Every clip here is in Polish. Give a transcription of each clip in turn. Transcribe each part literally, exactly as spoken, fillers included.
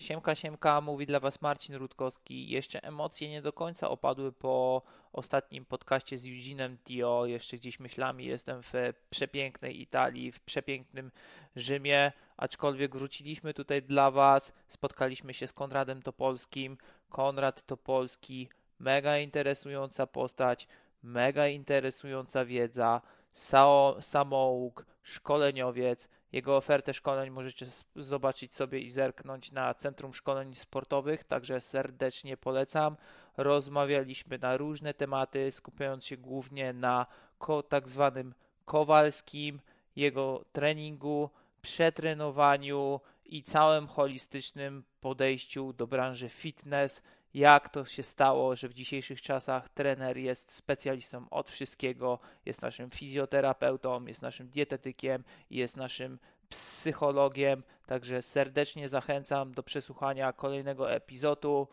Siemka, siemka, mówi dla Was Marcin Rutkowski. Jeszcze emocje nie do końca opadły po ostatnim podcaście z Euginem Dio. Jeszcze gdzieś myślami jestem w przepięknej Italii, w przepięknym Rzymie, aczkolwiek wróciliśmy tutaj dla Was. Spotkaliśmy się z Konradem Topolskim. Konrad Topolski, mega interesująca postać, mega interesująca wiedza, sao, samouk, szkoleniowiec. Jego ofertę szkoleń możecie zobaczyć sobie i zerknąć na Centrum Szkoleń Sportowych, także serdecznie polecam. Rozmawialiśmy na różne tematy, skupiając się głównie na ko- tak zwanym Kowalskim, jego treningu, przetrenowaniu i całym holistycznym podejściu do branży fitness. Jak to się stało, że w dzisiejszych czasach trener jest specjalistą od wszystkiego, jest naszym fizjoterapeutą, jest naszym dietetykiem, jest naszym psychologiem, także serdecznie zachęcam do przesłuchania kolejnego epizodu.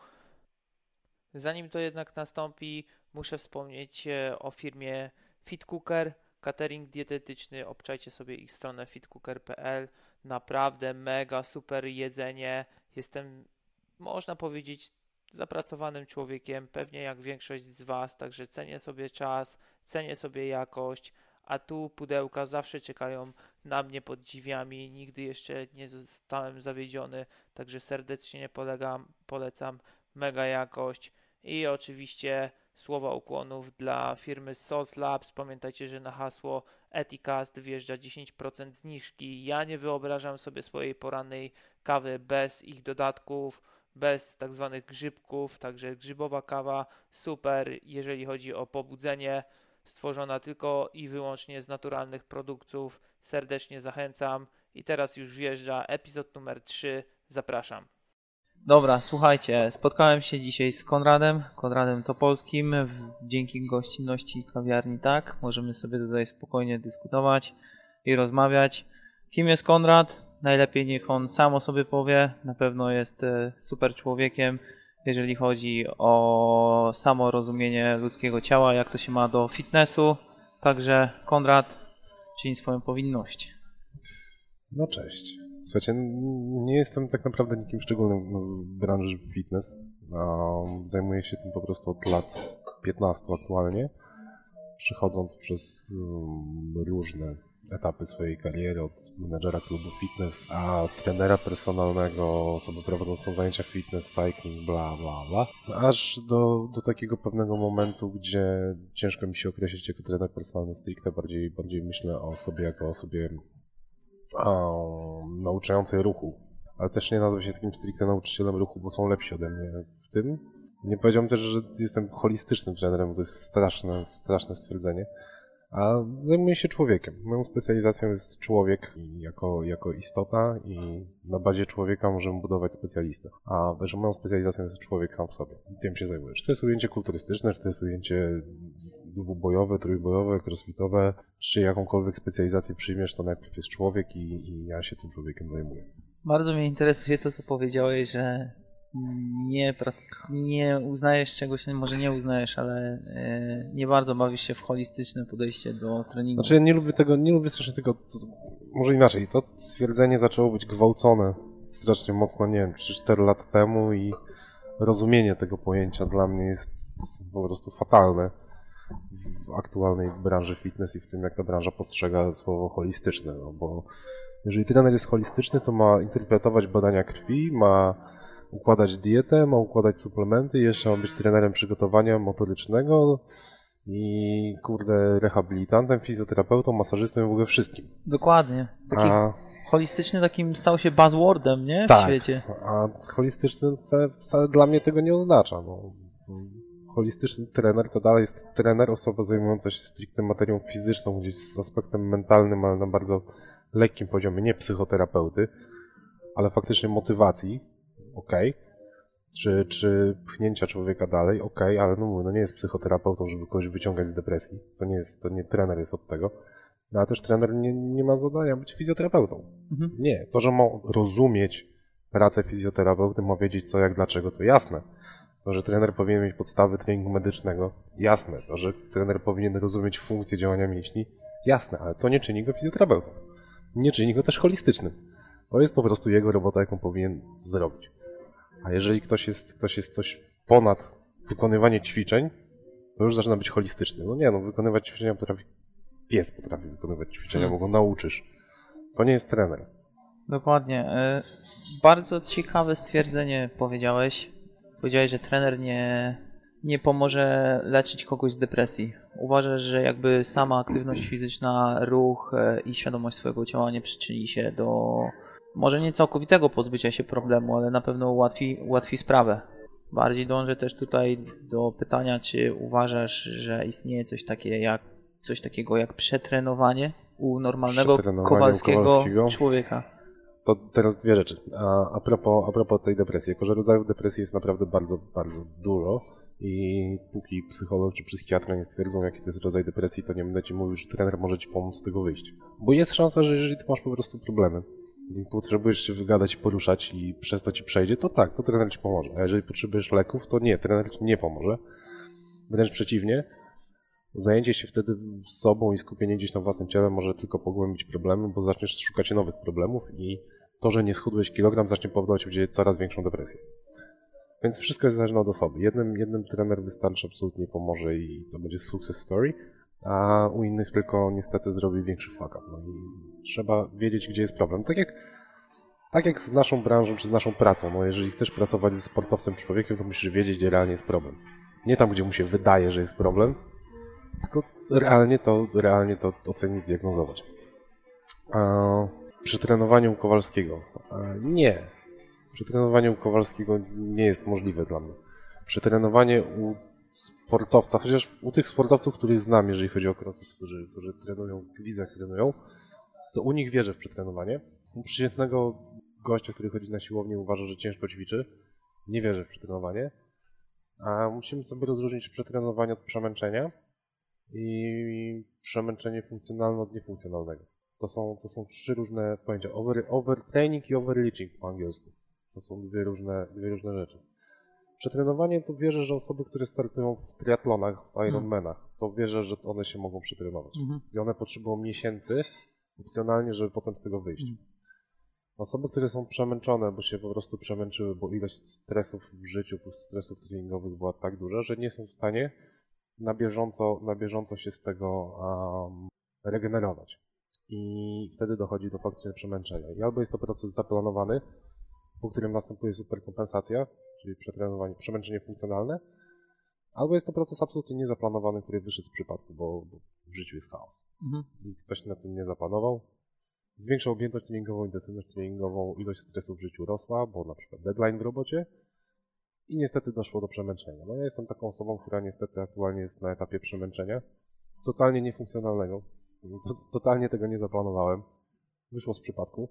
Zanim to jednak nastąpi, muszę wspomnieć o firmie FitCooker, catering dietetyczny. Obczajcie sobie ich stronę fitcooker kropka p l. Naprawdę mega super jedzenie. Jestem, można powiedzieć, zapracowanym człowiekiem, pewnie jak większość z Was, także cenię sobie czas, cenię sobie jakość, a tu pudełka zawsze czekają na mnie pod drzwiami, nigdy jeszcze nie zostałem zawiedziony, także serdecznie polegam, polecam, mega jakość i oczywiście słowa ukłonów dla firmy Salt Labs. Pamiętajcie, że na hasło Etikast wjeżdża dziesięć procent zniżki. Ja nie wyobrażam sobie swojej porannej kawy bez ich dodatków, bez tak zwanych grzybków, także grzybowa kawa super, jeżeli chodzi o pobudzenie, stworzona tylko i wyłącznie z naturalnych produktów. Serdecznie zachęcam i teraz już wjeżdża epizod numer trzy. Zapraszam. Dobra, słuchajcie, spotkałem się dzisiaj z Konradem, Konradem Topolskim, dzięki gościnności kawiarni, tak, możemy sobie tutaj spokojnie dyskutować i rozmawiać. Kim jest Konrad? Najlepiej niech on sam o sobie powie, na pewno jest super człowiekiem, jeżeli chodzi o samo rozumienie ludzkiego ciała, jak to się ma do fitnessu, także Konrad, czyń swoją powinność. No cześć. Słuchajcie, nie jestem tak naprawdę nikim szczególnym w branży fitness. Zajmuję się tym po prostu od lat piętnastu aktualnie, przechodząc przez różne etapy swojej kariery, od menedżera klubu fitness, a trenera personalnego, osoby prowadzącą zajęcia fitness, cycling, bla, bla, bla, aż do, do takiego pewnego momentu, gdzie ciężko mi się określić jako trener personalny stricte, bardziej, bardziej myślę o sobie jako o osobie o, nauczającej ruchu, ale też nie nazwę się takim stricte nauczycielem ruchu, bo są lepsi ode mnie w tym. Nie powiedziałbym też, że jestem holistycznym trenerem, bo to jest straszne, straszne stwierdzenie. A zajmuję się człowiekiem. Moją specjalizacją jest człowiek jako, jako istota i na bazie człowieka możemy budować specjalistę. A także moją specjalizacją jest człowiek sam w sobie. Tym się zajmuję. Czy to jest ujęcie kulturystyczne, czy to jest ujęcie dwubojowe, trójbojowe, crossfitowe, czy jakąkolwiek specjalizację przyjmiesz, to najpierw jest człowiek i, i ja się tym człowiekiem zajmuję. Bardzo mnie interesuje to, co powiedziałeś, że nie, nie uznajesz czegoś, może nie uznajesz, ale yy, nie bardzo bawisz się w holistyczne podejście do treningu. Znaczy ja nie lubię tego, nie lubię strasznie tego, to, może inaczej, to stwierdzenie zaczęło być gwałcone strasznie mocno, nie wiem, trzy cztery lata temu i rozumienie tego pojęcia dla mnie jest po prostu fatalne w aktualnej branży fitness i w tym, jak ta branża postrzega słowo holistyczne, no bo jeżeli trener jest holistyczny, to ma interpretować badania krwi, ma układać dietę, ma układać suplementy, jeszcze ma być trenerem przygotowania motorycznego i kurde rehabilitantem, fizjoterapeutą, masażystą i w ogóle wszystkim. Dokładnie. Taki a... holistyczny takim stał się buzzwordem, nie? W tak, świecie. A holistyczny wcale, wcale dla mnie tego nie oznacza. No. Holistyczny trener to dalej jest trener, osoba zajmująca się stricte materią fizyczną, gdzieś z aspektem mentalnym, ale na bardzo lekkim poziomie, nie psychoterapeuty, ale faktycznie motywacji. Okej, okay. czy, czy pchnięcia człowieka dalej, okej, okay, ale no mówię, no nie jest psychoterapeutą, żeby kogoś wyciągać z depresji, to nie jest, to nie trener jest od tego, no, ale też trener nie, nie ma zadania być fizjoterapeutą. Mhm. Nie, to, że ma rozumieć pracę fizjoterapeuty, ma wiedzieć co, jak, dlaczego, to jasne. To, że trener powinien mieć podstawy treningu medycznego, jasne. To, że trener powinien rozumieć funkcję działania mięśni, jasne, ale to nie czyni go fizjoterapeutą. Nie czyni go też holistycznym. To jest po prostu jego robota, jaką powinien zrobić. A jeżeli ktoś jest, ktoś jest coś ponad wykonywanie ćwiczeń, to już zaczyna być holistyczny. No nie, no wykonywać ćwiczenia potrafi, pies potrafi wykonywać ćwiczenia, hmm. bo go nauczysz. To nie jest trener. Dokładnie. Bardzo ciekawe stwierdzenie powiedziałeś. Powiedziałeś, że trener nie, nie pomoże leczyć kogoś z depresji. Uważasz, że jakby sama aktywność fizyczna, ruch i świadomość swojego ciała nie przyczyni się do może nie całkowitego pozbycia się problemu, ale na pewno ułatwi, ułatwi sprawę. Bardziej dążę też tutaj do pytania, czy uważasz, że istnieje coś, takie jak, coś takiego jak przetrenowanie u normalnego Kowalskiego, Kowalskiego człowieka? To teraz dwie rzeczy. A, a, propos, a propos tej depresji. Jako że rodzajów depresji jest naprawdę bardzo, bardzo dużo i póki psycholog czy psychiatra nie stwierdzą, jaki to jest rodzaj depresji, to nie będę ci mówił, że trener może ci pomóc z tego wyjść. Bo jest szansa, że jeżeli ty masz po prostu problemy i potrzebujesz się wygadać, poruszać i przez to ci przejdzie, to tak, to trener ci pomoże. A jeżeli potrzebujesz leków, to nie, trener ci nie pomoże. Wręcz przeciwnie. Zajęcie się wtedy sobą i skupienie gdzieś na własnym ciele może tylko pogłębić problemy, bo zaczniesz szukać nowych problemów i to, że nie schudłeś kilogram, zacznie powodować u ciebie coraz większą depresję. Więc wszystko jest zależne od osoby. Jednym, jednym trener wystarczy, absolutnie pomoże i to będzie success story, a u innych tylko niestety zrobi większy fuck up. No i trzeba wiedzieć, gdzie jest problem. Tak jak, tak jak z naszą branżą czy z naszą pracą. No jeżeli chcesz pracować ze sportowcem człowiekiem, to musisz wiedzieć, gdzie realnie jest problem. Nie tam, gdzie mu się wydaje, że jest problem, tylko realnie to, realnie to ocenić, zdiagnozować. Przy trenowaniu Kowalskiego. Nie. Przy trenowaniu Kowalskiego nie jest możliwe dla mnie. Przy trenowaniu u sportowca, chociaż u tych sportowców, których znam, jeżeli chodzi o crossfit, którzy, którzy trenują, w gwizach trenują, to u nich wierzę w przetrenowanie. U przeciętnego gościa, który chodzi na siłownię, uważa, że ciężko ćwiczy, nie wierzę w przetrenowanie. A musimy sobie rozróżnić przetrenowanie od przemęczenia i przemęczenie funkcjonalne od niefunkcjonalnego. To są, to są trzy różne pojęcia. Over, overtraining i overreaching po angielsku. To są dwie różne, dwie różne rzeczy. Przetrenowanie to wierzę, że osoby, które startują w triatlonach, w Ironmanach, to wierzę, że one się mogą przetrenować. Mhm. I one potrzebują miesięcy opcjonalnie, żeby potem z tego wyjść. Mhm. Osoby, które są przemęczone, bo się po prostu przemęczyły, bo ilość stresów w życiu, plus stresów treningowych była tak duża, że nie są w stanie na bieżąco, na bieżąco się z tego um, regenerować. I wtedy dochodzi do faktycznie przemęczenia. I albo jest to proces zaplanowany, po którym następuje superkompensacja, czyli przetrenowanie, przemęczenie funkcjonalne, albo jest to proces absolutnie niezaplanowany, który wyszedł z przypadku, bo, bo w życiu jest chaos. Mhm. I ktoś na tym nie zaplanował. Zwiększał objętość treningową, intensywność treningową, ilość stresu w życiu rosła, bo na przykład deadline w robocie i niestety doszło do przemęczenia. No ja jestem taką osobą, która niestety aktualnie jest na etapie przemęczenia, totalnie niefunkcjonalnego. Totalnie tego nie zaplanowałem. Wyszło z przypadku.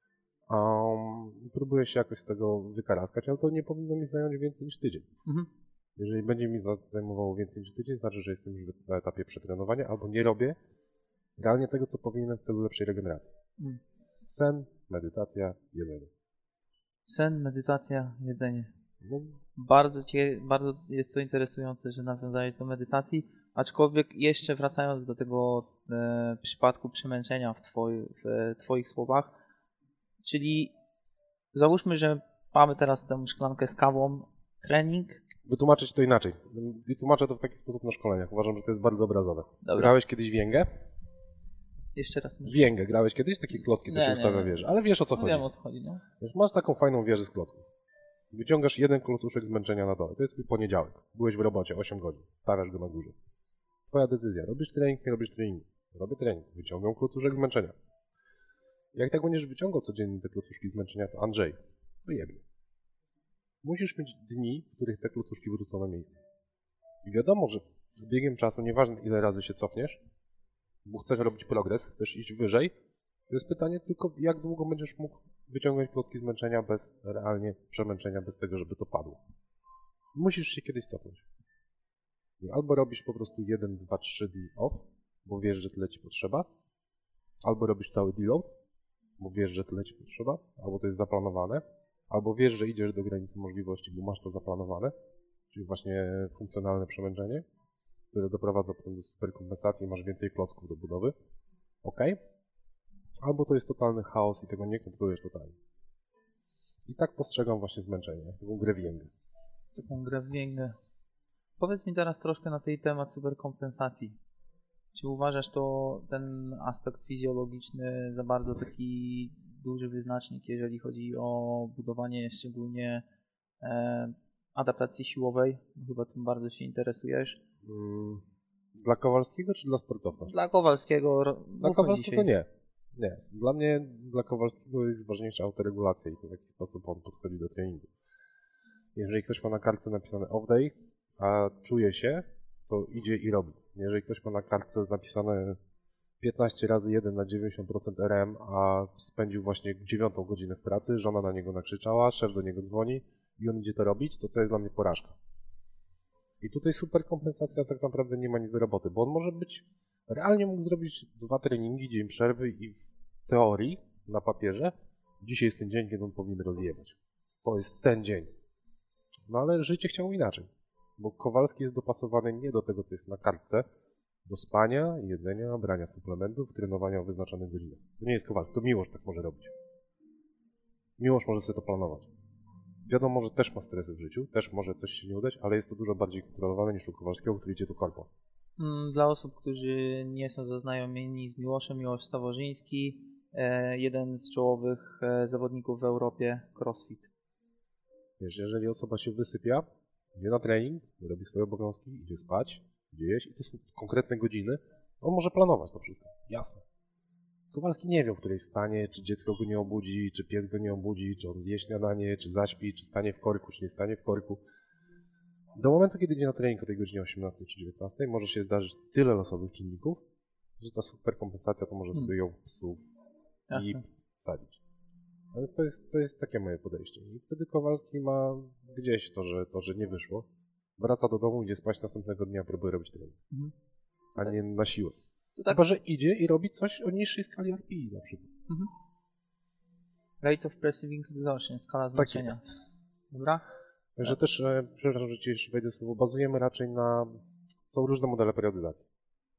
Um, próbuję się jakoś z tego wykaraskać, ale to nie powinno mi zająć więcej niż tydzień. Mhm. Jeżeli będzie mi zajmowało więcej niż tydzień, znaczy, że jestem już na etapie przetrenowania albo nie robię realnie tego, co powinienem w celu lepszej regeneracji. Mhm. Sen, medytacja, jedzenie. Sen, medytacja, jedzenie. No. Bardzo, cie, bardzo jest to interesujące, że nawiązałeś do medytacji, aczkolwiek jeszcze wracając do tego e, przypadku przemęczenia w, twoi, w Twoich słowach, czyli załóżmy, że mamy teraz tę szklankę z kawą, trening. Wytłumaczyć to inaczej. Wytłumaczę to w taki sposób na szkoleniach. Uważam, że to jest bardzo obrazowe. Dobra. Grałeś kiedyś w Jęgę? Jeszcze raz. W Jęgę grałeś kiedyś? Takie klocki, co się ustawia wieży. Ale wiesz, o co no chodzi. Wiem, o co chodzi, no. Wiesz, masz taką fajną wieżę z klocków. Wyciągasz jeden klocuszek zmęczenia na dole. To jest twój poniedziałek. Byłeś w robocie osiem godzin. Stawiasz go na górze. Twoja decyzja. Robisz trening, nie robisz treningu. Robię trening. Wyciągam klocuszek zmęczenia. Jak tak będziesz wyciągał codziennie te klocuszki zmęczenia, to Andrzej, to jebnie. Musisz mieć dni, w których te klocuszki wrócą na miejsce. I wiadomo, że z biegiem czasu, nieważne ile razy się cofniesz, bo chcesz robić progres, chcesz iść wyżej, to jest pytanie tylko, jak długo będziesz mógł wyciągnąć klocki zmęczenia bez realnie przemęczenia, bez tego, żeby to padło. Musisz się kiedyś cofnąć. I albo robisz po prostu jeden, dwa, trzy dni off, bo wiesz, że tyle ci potrzeba, albo robisz cały deload, bo wiesz, że tyle ci potrzeba, albo to jest zaplanowane, albo wiesz, że idziesz do granicy możliwości, bo masz to zaplanowane, czyli właśnie funkcjonalne przemęczenie, które doprowadza potem do superkompensacji i masz więcej klocków do budowy. Ok? Albo to jest totalny chaos i tego nie kontrolujesz totalnie. I tak postrzegam właśnie zmęczenie, jak taką grę w jęgę. Taką grę w jęgę. Powiedz mi teraz troszkę na ten temat superkompensacji. Czy uważasz to ten aspekt fizjologiczny za bardzo taki duży wyznacznik, jeżeli chodzi o budowanie szczególnie e, adaptacji siłowej? Chyba tym bardzo się interesujesz. Hmm. Dla Kowalskiego czy dla sportowca? Dla Kowalskiego. Dla Kowalskiego nie. Nie. Dla mnie, dla Kowalskiego jest ważniejsza autoregulacja i to w jaki sposób on podchodzi do treningu. Jeżeli ktoś ma na kartce napisane off day, a czuje się, to idzie i robi. Jeżeli ktoś ma na kartce napisane piętnaście razy jeden na dziewięćdziesiąt procent R M, a spędził właśnie dziewiątą godzinę w pracy, żona na niego nakrzyczała, szef do niego dzwoni i on idzie to robić, to co jest dla mnie porażka. I tutaj superkompensacja tak naprawdę nie ma nic do roboty, bo on może być, realnie mógł zrobić dwa treningi, dzień przerwy i w teorii, na papierze, dzisiaj jest ten dzień, kiedy on powinien rozjebać. To jest ten dzień. No ale życie chciało inaczej, bo Kowalski jest dopasowany nie do tego, co jest na kartce, do spania, jedzenia, brania suplementów, trenowania o wyznaczonych godzinach. To nie jest Kowalski, to Miłosz tak może robić. Miłosz może sobie to planować. Wiadomo, że też ma stresy w życiu, też może coś się nie udać, ale jest to dużo bardziej kontrolowane niż u Kowalskiego, który idzie do korpo. Dla osób, którzy nie są zaznajomieni z Miłoszem, Miłosz Staworzyński, jeden z czołowych zawodników w Europie CrossFit. Wiesz, jeżeli osoba się wysypia, idzie na trening, robi swoje obowiązki, idzie spać, idzie jeść i to są konkretne godziny, on może planować to wszystko, jasne. Kowalski nie wie, o której wstanie, czy dziecko go nie obudzi, czy pies go nie obudzi, czy on zje śniadanie, czy zaśpi, czy stanie w korku, czy nie stanie w korku. Do momentu, kiedy idzie na trening o tej godzinie osiemnastej czy dziewiętnastej, może się zdarzyć tyle losowych czynników, że ta superkompensacja to może hmm. sobie ją psów i wsadzić. Więc to jest, to jest takie moje podejście. I wtedy Kowalski ma gdzieś to, że, to, że nie wyszło. Wraca do domu, idzie spać, następnego dnia próbuje robić trening. Mhm. A tak. nie na siłę. To tak... Chyba, że idzie i robi coś o niższej skali R P I na przykład. Mhm. Rate of Perceiving Exhaustion, skala znaczenia. Tak jest. Dobra? Także tak. też, e, przepraszam, że ci jeszcze wejdę słowo, bazujemy raczej na... Są różne modele periodyzacji.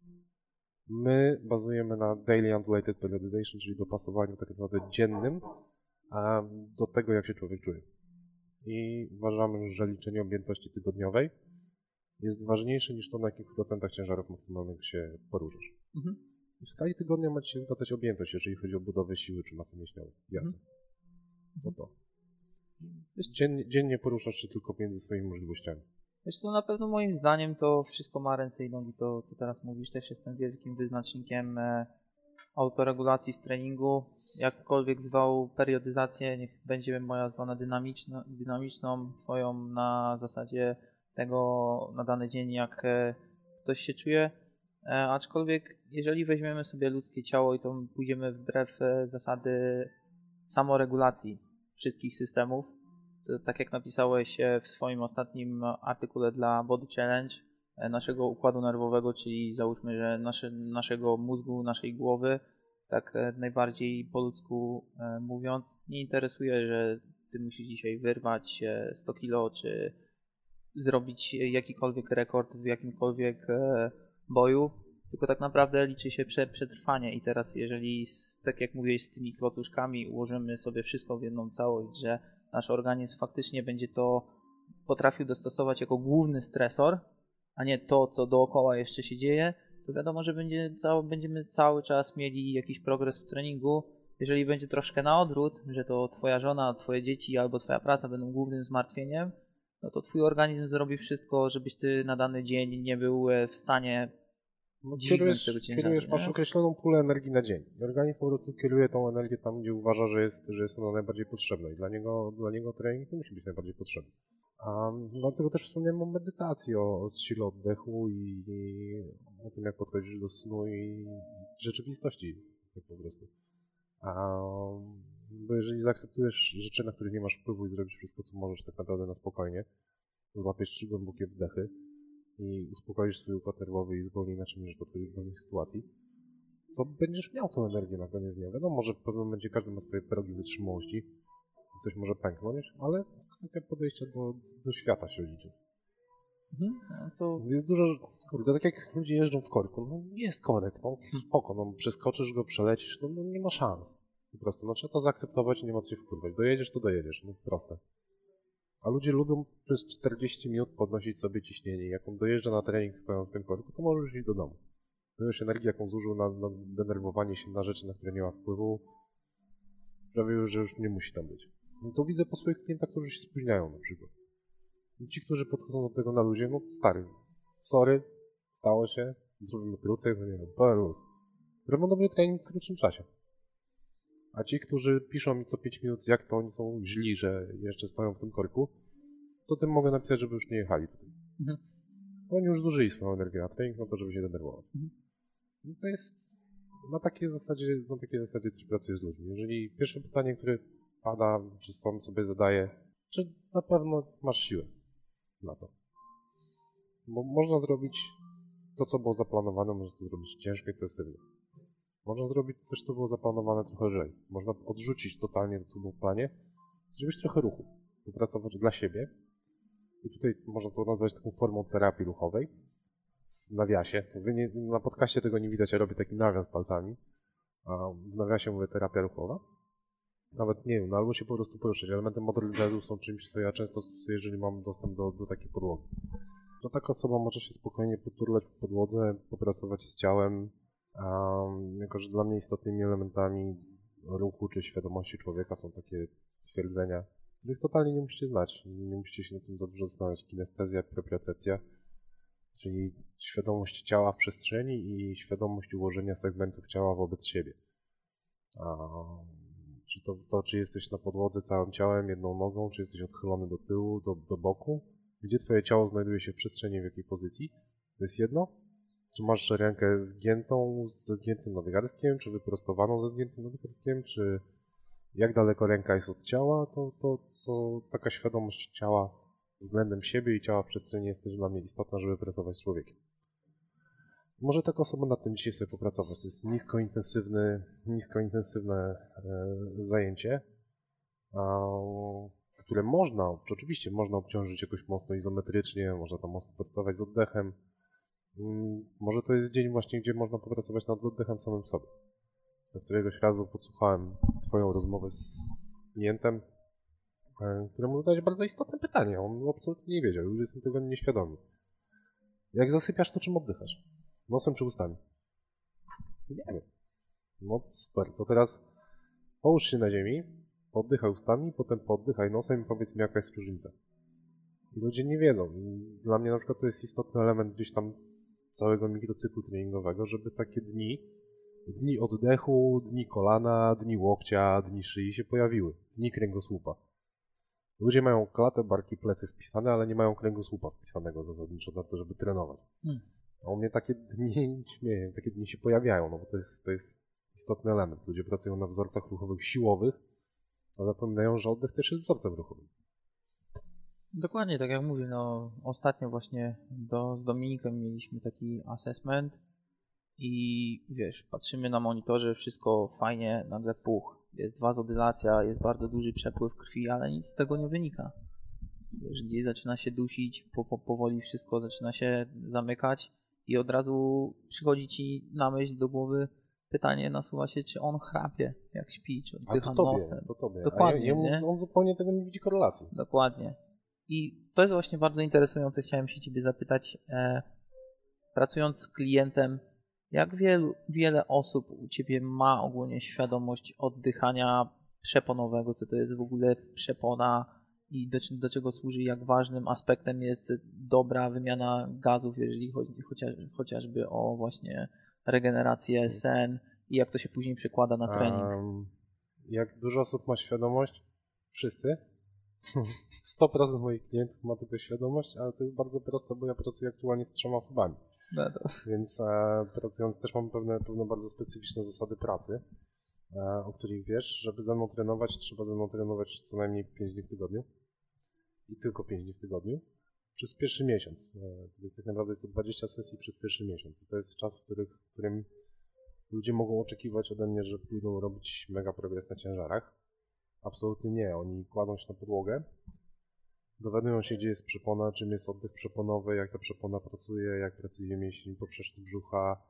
My bazujemy na Daily Undulated Periodization, czyli dopasowaniu tak naprawdę dziennym a do tego, jak się człowiek czuje. I uważamy, że liczenie objętości tygodniowej jest ważniejsze niż to, na jakich procentach ciężarów maksymalnych się poruszasz. Mhm. I w skali tygodnia ma ci się zgadzać objętość, jeżeli chodzi o budowę siły czy masę mięśniową. Jasne. Mhm. No to. Dziennie, dziennie poruszasz się tylko między swoimi możliwościami. Wiesz co, na pewno moim zdaniem to wszystko ma ręce i nogi, to co teraz mówisz. Też jestem wielkim wyznacznikiem e, autoregulacji w treningu. Jakkolwiek zwał periodyzację, niech będzie moja zwana dynamiczna, dynamiczną, twoją na zasadzie tego na dany dzień, jak e, ktoś się czuje. E, aczkolwiek jeżeli weźmiemy sobie ludzkie ciało i to pójdziemy wbrew e, zasady samoregulacji wszystkich systemów, to, tak jak napisałeś w swoim ostatnim artykule dla Body Challenge, naszego układu nerwowego, czyli załóżmy, że nasze, naszego mózgu, naszej głowy, tak najbardziej po ludzku mówiąc, nie interesuje, że ty musisz dzisiaj wyrwać sto kilo, czy zrobić jakikolwiek rekord w jakimkolwiek boju, tylko tak naprawdę liczy się przetrwanie. I teraz jeżeli, tak jak mówiłeś, z tymi klocuszkami ułożymy sobie wszystko w jedną całość, że nasz organizm faktycznie będzie to potrafił dostosować jako główny stresor, a nie to, co dookoła jeszcze się dzieje, to wiadomo, że będzie cały, będziemy cały czas mieli jakiś progres w treningu. Jeżeli będzie troszkę na odwrót, że to twoja żona, twoje dzieci albo twoja praca będą głównym zmartwieniem, no to twój organizm zrobi wszystko, żebyś ty na dany dzień nie był w stanie no, kierujesz, tego ciężaru. Kierujesz, masz określoną pulę energii na dzień. I organizm po prostu kieruje tą energię tam, gdzie uważa, że jest, że jest ona najbardziej potrzebna. I dla niego, dla niego trening nie musi być najbardziej potrzebny. A dlatego też wspomniałem o medytacji, o, o sile oddechu i, i o tym, jak podchodzisz do snu i rzeczywistości. Tak po prostu. A, bo jeżeli zaakceptujesz rzeczy, na które nie masz wpływu i zrobisz wszystko, co możesz tak naprawdę na spokojnie, złapiesz trzy głębokie wdechy i uspokoisz swój układ nerwowy i zupełnie inaczej niż podchodzisz do pewnych sytuacji, to będziesz miał tą energię na koniec dnia. Wiadomo, że w pewnym momencie każdy ma swoje progi wytrzymałości, coś może pęknąć, ale kwestia podejścia do, do świata się liczy. Mhm. No to jest dużo, kurde, tak jak ludzie jeżdżą w korku, no jest korek, no spoko, no przeskoczysz go, przelecisz, no, no nie ma szans. Po prostu, no trzeba to zaakceptować i nie ma co się wkurwać. Dojedziesz, to dojedziesz, no proste. A ludzie lubią przez czterdzieści minut podnosić sobie ciśnienie. Jak on dojeżdża na trening stojąc w tym korku, to może już iść do domu. To już energię, jaką zużył na, na denerwowanie się na rzeczy, na które nie ma wpływu, sprawiły, że już nie musi tam być. No to widzę po swoich klientach, którzy się spóźniają na przykład. I ci, którzy podchodzą do tego na luzie, no stary, sorry, stało się, zrobimy krócej, no nie wiem, pełen luz. Robią dobry trening w krótszym czasie. A ci, którzy piszą mi co pięć minut, jak to oni są źli, że jeszcze stoją w tym korku, to tym mogę napisać, żeby już nie jechali tutaj. Mhm. Oni już zużyli swoją energię na trening, no to żeby się denerwować. Mhm. No to jest, na takiej zasadzie, na takiej zasadzie też pracuję z ludźmi. Jeżeli pierwsze pytanie, które pada, czy sam sobie zadaję, czy na pewno masz siłę na to. Bo można zrobić to, co było zaplanowane, można to zrobić ciężko i intensywnie. Można zrobić coś, co było zaplanowane trochę lżej. Można odrzucić totalnie to, co było w planie, zrobić trochę ruchu, popracować dla siebie. I tutaj można to nazwać taką formą terapii ruchowej. W nawiasie. Wy nie, na podcaście tego nie widać, ja robię taki nawias palcami. A w nawiasie mówię terapia ruchowa. Nawet nie wiem, no albo się po prostu poruszyć. Elementy modern jazzu są czymś, co ja często stosuję, jeżeli mam dostęp do, do takiej podłogi. To taka osoba może się spokojnie poturlać po podłodze, popracować z ciałem. Um, jako, że dla mnie istotnymi elementami ruchu czy świadomości człowieka są takie stwierdzenia, których totalnie nie musicie znać. Nie musicie się na tym za dużo zastanawiać. Kinestezja, propriocepcja, czyli świadomość ciała w przestrzeni i świadomość ułożenia segmentów ciała wobec siebie. Um, czy to, to, czy jesteś na podłodze całym ciałem, jedną nogą, czy jesteś odchylony do tyłu, do, do boku, gdzie twoje ciało znajduje się w przestrzeni, w jakiej pozycji, to jest jedno. Czy masz rękę zgiętą ze zgiętym nadgarstkiem, czy wyprostowaną ze zgiętym nadgarstkiem, czy jak daleko ręka jest od ciała, to, to, to taka świadomość ciała względem siebie i ciała w przestrzeni jest też dla mnie istotna, żeby pracować z człowiekiem. Może taka osoba nad tym dzisiaj sobie popracować. To jest niskointensywny, niskointensywne e, zajęcie, a, które można, oczywiście można obciążyć jakoś mocno izometrycznie, można tam mocno pracować z oddechem. Może to jest dzień właśnie, gdzie można popracować nad oddechem samym sobie. Do któregoś razu podsłuchałem twoją rozmowę z klientem, któremu zadałeś bardzo istotne pytanie. On absolutnie nie wiedział, już jestem tego nieświadomy. Jak zasypiasz, to czym oddychasz? Nosem czy ustami? Nie wiem. No super, to teraz połóż się na ziemi, oddychaj ustami, potem poddychaj nosem i powiedz mi, jaka jest różnica. I ludzie nie wiedzą. I dla mnie na przykład to jest istotny element gdzieś tam całego mikrocyklu treningowego, żeby takie dni, dni oddechu, dni kolana, dni łokcia, dni szyi się pojawiły. Dni kręgosłupa. Ludzie mają klatę, barki, plecy wpisane, ale nie mają kręgosłupa wpisanego zasadniczo na to, żeby trenować. Hmm. A u mnie takie dni, śmieję, takie dni się pojawiają, no bo to jest, to jest istotny element. Ludzie pracują na wzorcach ruchowych siłowych, a zapominają, że oddech też jest wzorcem ruchowym. Dokładnie, tak jak mówię, no ostatnio właśnie do, z Dominikiem mieliśmy taki assessment i wiesz, patrzymy na monitorze, wszystko fajnie, nagle puch, jest wazodylacja, jest bardzo duży przepływ krwi, ale nic z tego nie wynika. Wiesz, gdzieś zaczyna się dusić, po, po, powoli wszystko zaczyna się zamykać i od razu przychodzi ci na myśl do głowy pytanie, nasuwa się, czy on chrapie, jak śpi, czy oddycha A to tobie, nosem. To tobie. Dokładnie, A jemu, nie? On zupełnie tego nie widzi korelacji. Dokładnie. I to jest właśnie bardzo interesujące. Chciałem się ciebie zapytać, e, pracując z klientem, jak wielu, wiele osób u ciebie ma ogólnie świadomość oddychania przeponowego, co to jest w ogóle przepona i do, do czego służy, jak ważnym aspektem jest dobra wymiana gazów, jeżeli chodzi chociaż, chociażby o właśnie regenerację, sen i jak to się później przekłada na trening. Um, jak dużo osób ma świadomość? Wszyscy. sto procent moich klientów ma tego świadomość, ale to jest bardzo proste, bo ja pracuję aktualnie z trzema osobami. No to. Więc e, pracując też mam pewne, pewne bardzo specyficzne zasady pracy, e, o których wiesz, żeby ze mną trenować, trzeba ze mną trenować co najmniej pięć dni w tygodniu. I tylko pięć dni w tygodniu. Przez pierwszy miesiąc. E, to jest tak naprawdę sto dwadzieścia sesji przez pierwszy miesiąc. I to jest czas, w, których, w którym ludzie mogą oczekiwać ode mnie, że pójdą robić mega progres na ciężarach. Absolutnie nie. Oni kładą się na podłogę, dowiadują się, gdzie jest przepona, czym jest oddech przeponowy, jak ta przepona pracuje, jak pracuje mięsień poprzeczny brzucha,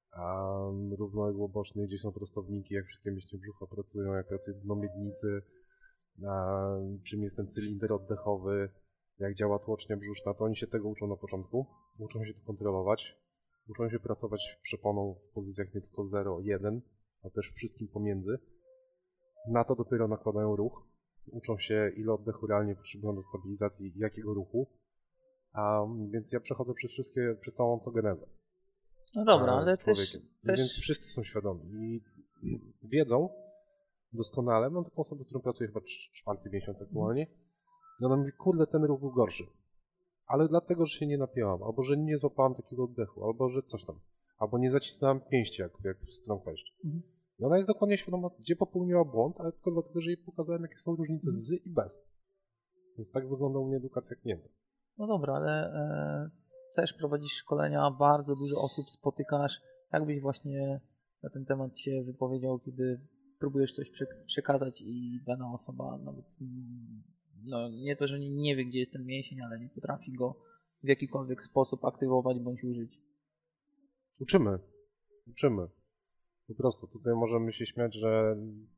a równoległo bocznych, gdzie są prostowniki, jak wszystkie mięśnie brzucha pracują, jak pracują dno-miednicy, a czym jest ten cylinder oddechowy, jak działa tłocznia brzuszna, to oni się tego uczą na początku, uczą się to kontrolować, uczą się pracować przeponą w pozycjach nie tylko zero, jeden, a też wszystkim pomiędzy. Na to dopiero nakładają ruch, uczą się, ile oddechu realnie potrzebują do stabilizacji i jakiego ruchu, a więc ja przechodzę przez wszystkie, przez całą autogenezę. No dobra, ale też, też... Więc wszyscy są świadomi i wiedzą doskonale. Mam taką osobę, z którą pracuję chyba czwarty miesiąc aktualnie. I ona mówi, kurde, ten ruch był gorszy. Ale dlatego, że się nie napięłam, albo że nie złapałam takiego oddechu, albo że coś tam. Albo nie zacisnęłam pięści, jak, jak w strongfeście. Mhm. I ona jest dokładnie świadoma, gdzie popełniła błąd, ale tylko dlatego, że jej pokazałem, jakie są różnice z i bez. Więc tak wygląda u mnie edukacja klienta. No dobra, ale e, też prowadzisz szkolenia, bardzo dużo osób spotykasz. Jak byś właśnie na ten temat się wypowiedział, kiedy próbujesz coś przekazać i dana osoba nawet, no nie to, że nie, nie wie, gdzie jest ten mięsień, ale nie potrafi go w jakikolwiek sposób aktywować bądź użyć? Uczymy. Uczymy. Po prostu. Tutaj możemy się śmiać, że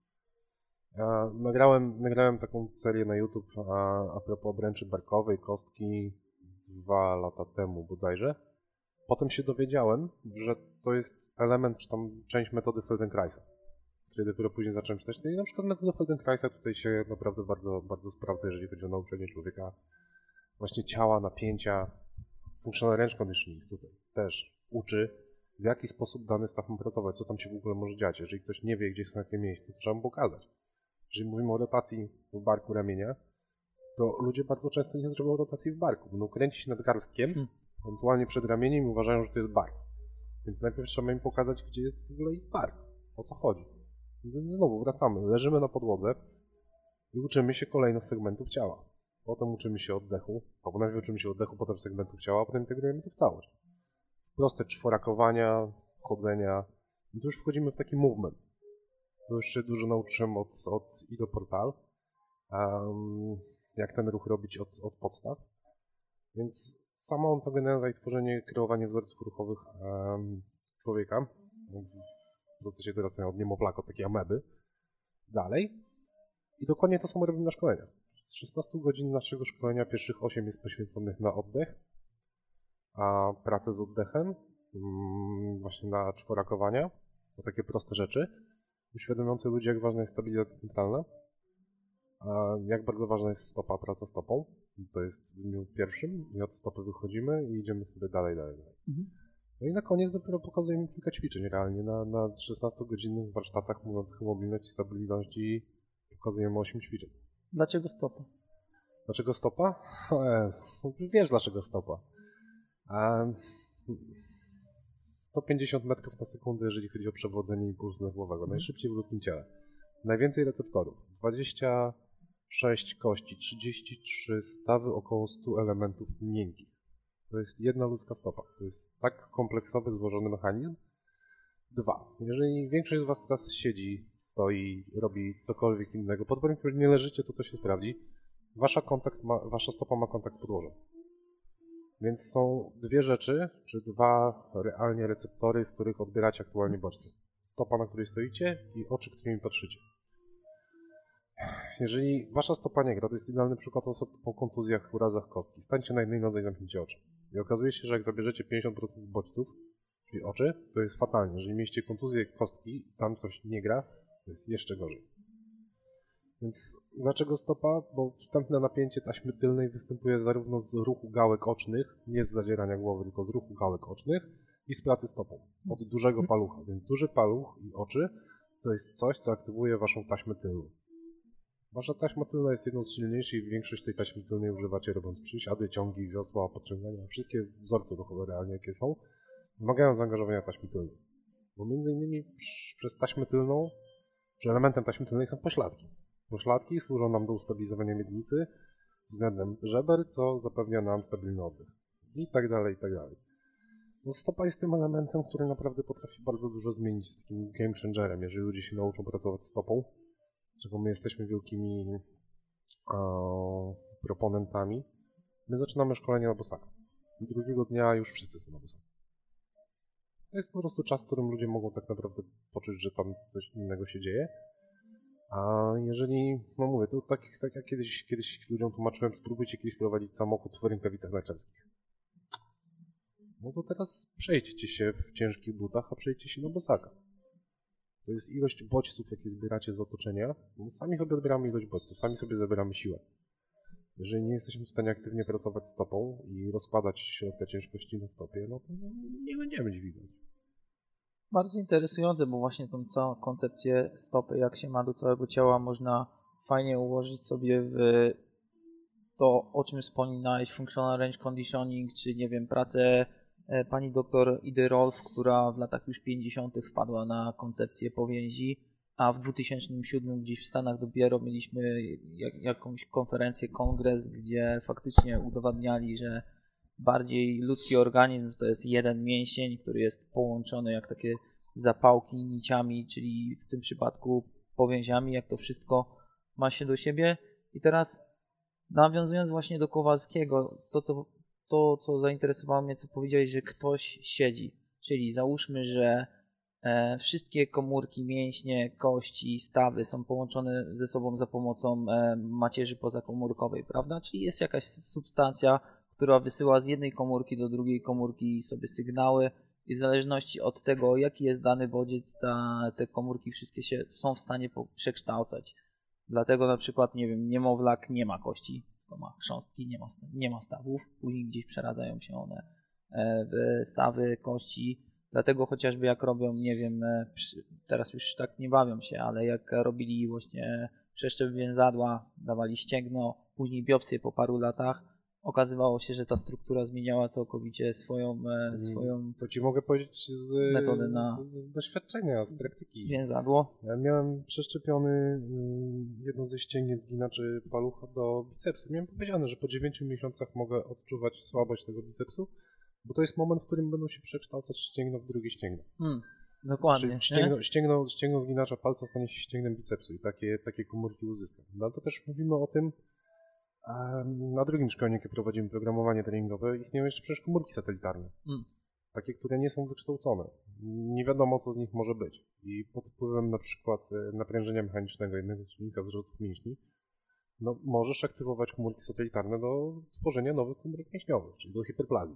ja nagrałem, nagrałem taką serię na YouTube a, a propos obręczy barkowej, kostki dwa lata temu bodajże. Potem się dowiedziałem, że to jest element, czy tam część metody Feldenkraisa, której dopiero później zacząłem czytać. No i na przykład metoda Feldenkraisa tutaj się naprawdę bardzo, bardzo sprawdza, jeżeli chodzi o nauczenie człowieka właśnie ciała, napięcia. Functional range conditioning tutaj też uczy, w jaki sposób dany staw ma pracować, co tam się w ogóle może dziać. Jeżeli ktoś nie wie, gdzie są jakie mięśnie, to trzeba mu pokazać. Jeżeli mówimy o rotacji w barku ramienia, to ludzie bardzo często nie zrobią rotacji w barku. Będą kręcić nadgarstkiem, hmm. ewentualnie przed ramieniem i uważają, że to jest bark. Więc najpierw trzeba im pokazać, gdzie jest w ogóle ich bark. O co chodzi. Więc znowu wracamy. Leżymy na podłodze i uczymy się kolejno segmentów ciała. Potem uczymy się oddechu, albo najpierw uczymy się oddechu, potem segmentów ciała, a potem integrujemy to w całość. Proste czworakowania, chodzenia. I tu już wchodzimy w taki movement. To już się dużo nauczyłem od, od Ido Portal. Um, jak ten ruch robić od, od podstaw. Więc sama ontogeneza i tworzenie, kreowanie wzorców ruchowych um, człowieka w procesie dorastania od niemowlaka, od takiej ameby. Dalej. I dokładnie to samo robimy na szkoleniach. Z szesnastu godzin naszego szkolenia pierwszych osiem jest poświęconych na oddech, a pracę z oddechem, um, właśnie na czworakowania, to takie proste rzeczy, uświadamiające ludzi, jak ważna jest stabilizacja centralna, a jak bardzo ważna jest stopa, praca stopą. To jest w dniu pierwszym i od stopy wychodzimy i idziemy sobie dalej, dalej, dalej. Mhm. No i na koniec dopiero pokazujemy kilka ćwiczeń realnie. Na, na szesnastogodzinnych warsztatach mówiących o mobilności, stabilności pokazujemy osiem ćwiczeń. Dlaczego stopa? Dlaczego stopa? O Jezu, wiesz dlaczego stopa. Um, sto pięćdziesiąt metrów na sekundę, jeżeli chodzi o przewodzenie impulsu nerwowego. Najszybciej w ludzkim ciele. Najwięcej receptorów. dwadzieścia sześć kości, trzydzieści trzy stawy, około stu elementów miękkich. To jest jedna ludzka stopa. To jest tak kompleksowy, złożony mechanizm. Dwa. Jeżeli większość z was teraz siedzi, stoi, robi cokolwiek innego, pod warunkiem, że nie leżycie, to to się sprawdzi. Wasza, kontakt ma, wasza stopa ma kontakt z podłożem. Więc są dwie rzeczy, czy dwa realnie receptory, z których odbieracie aktualnie bodźce. Stopa, na której stoicie i oczy, którymi patrzycie. Jeżeli wasza stopa nie gra, to jest idealny przykład osób po kontuzjach, urazach kostki. Stańcie na jednej nodze i zamknijcie oczy. I okazuje się, że jak zabierzecie pięćdziesiąt procent bodźców, czyli oczy, to jest fatalnie. Jeżeli mieliście kontuzję kostki i tam coś nie gra, to jest jeszcze gorzej. Więc dlaczego stopa? Bo wstępne napięcie taśmy tylnej występuje zarówno z ruchu gałek ocznych, nie z zadzierania głowy, tylko z ruchu gałek ocznych i z pracy stopą, od dużego palucha. Więc duży paluch i oczy to jest coś, co aktywuje waszą taśmę tylną. Wasza taśma tylna jest jedną z silniejszych i większość tej taśmy tylnej używacie robiąc przysiady, ciągi, wiosła, podciągania. Wszystkie wzorce ruchowe realnie jakie są wymagają zaangażowania taśmy tylnej. Bo między innymi przez taśmę tylną, czy elementem taśmy tylnej są pośladki. Pośladki służą nam do ustabilizowania miednicy względem żeber, co zapewnia nam stabilny oddech. I tak dalej, i tak dalej. No stoppa jest tym elementem, który naprawdę potrafi bardzo dużo zmienić, z takim game changerem, jeżeli ludzie się nauczą pracować stopą, czego my jesteśmy wielkimi o, proponentami. My zaczynamy szkolenie na bosaka. Drugiego dnia już wszyscy są na bosaku. To jest po prostu czas, w którym ludzie mogą tak naprawdę poczuć, że tam coś innego się dzieje. A jeżeli, no mówię, to tak, tak jak kiedyś, kiedyś ludziom tłumaczyłem, spróbujcie kiedyś prowadzić samochód w rękawicach narciarskich. No to teraz przejdźcie się w ciężkich butach, a przejdźcie się na bosaka. To jest ilość bodźców, jakie zbieracie z otoczenia. No, sami sobie odbieramy ilość bodźców, sami sobie zabieramy siłę. Jeżeli nie jesteśmy w stanie aktywnie pracować stopą i rozkładać środka ciężkości na stopie, no to nie będziemy dźwigać. Bardzo interesujące, bo właśnie tą całą koncepcję stopy, jak się ma do całego ciała, można fajnie ułożyć sobie w to, o czym wspominałeś, functional range conditioning, czy nie wiem, pracę pani doktor Idy Rolf, która w latach już pięćdziesiątych wpadła na koncepcję powięzi, a w dwa tysiące siódmym gdzieś w Stanach dopiero mieliśmy jak, jakąś konferencję, kongres, gdzie faktycznie udowadniali, że bardziej ludzki organizm to jest jeden mięsień, który jest połączony jak takie zapałki niciami, czyli w tym przypadku powięziami, jak to wszystko ma się do siebie. I teraz nawiązując właśnie do Kowalskiego, to co, to, co zainteresowało mnie, co powiedziałeś, że ktoś siedzi, czyli załóżmy, że e, wszystkie komórki, mięśnie, kości, stawy są połączone ze sobą za pomocą e, macierzy pozakomórkowej, prawda? Czyli jest jakaś substancja, która wysyła z jednej komórki do drugiej komórki sobie sygnały i w zależności od tego, jaki jest dany bodziec, ta, te komórki wszystkie się są w stanie przekształcać. Dlatego na przykład, nie wiem, niemowlak nie ma kości, tylko ma chrząstki, nie ma, nie ma stawów, później gdzieś przeradzają się one w stawy, kości. Dlatego chociażby jak robią, nie wiem, teraz już tak nie bawią się, ale jak robili właśnie przeszczep więzadła, dawali ścięgno, później biopsję po paru latach, okazywało się, że ta struktura zmieniała całkowicie swoją, swoją to ci mogę powiedzieć z, metodę na z, z doświadczenia, z praktyki. Więzadło. Ja miałem przeszczepiony jedno ze ścięgien zginaczy palucha do bicepsu. Miałem powiedziane, że po dziewięciu miesiącach mogę odczuwać słabość tego bicepsu, bo to jest moment, w którym będą się przekształcać ścięgno w drugie ścięgno. Hmm, dokładnie. Czyli ścięgno, ścięgno, ścięgno zginacza palca stanie się ścięgnem bicepsu i takie, takie komórki uzyska. No ale to też mówimy o tym, a na drugim szkoleniu, jakie prowadzimy programowanie treningowe, istnieją jeszcze przecież komórki satelitarne. Mm. Takie, które nie są wykształcone. Nie wiadomo, co z nich może być. I pod wpływem na przykład naprężenia mechanicznego jednego czynnika wzrostów mięśni, no, możesz aktywować komórki satelitarne do tworzenia nowych komórek mięśniowych, czyli do hiperplazji.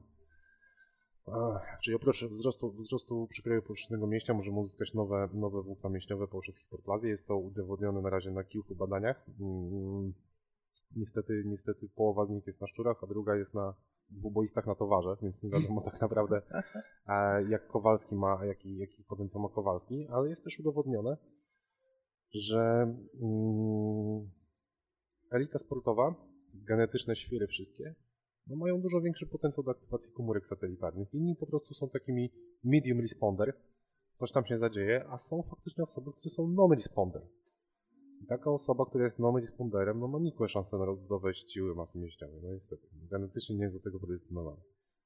A, czyli oprócz wzrostu, wzrostu przykroju powierzchownego mięśnia możemy uzyskać nowe, nowe włókna mięśniowe poprzez hiperplazję. Jest to udowodnione na razie na kilku badaniach. Mm. Niestety, niestety połowa z nich jest na szczurach, a druga jest na dwuboistach na towarze, więc nie wiadomo tak naprawdę jak Kowalski ma, jaki, jaki potencjał ma Kowalski, ale jest też udowodnione, że mm, elita sportowa, genetyczne świry wszystkie, no mają dużo większy potencjał do aktywacji komórek satelitarnych. Inni po prostu są takimi medium responder, coś tam się zadzieje, a są faktycznie osoby, które są non-responder. I taka osoba, która jest non-responderem, no ma nikłe szanse na rozbudowę siły masy mięśniowej. No niestety, genetycznie nie jest do tego predestynowany.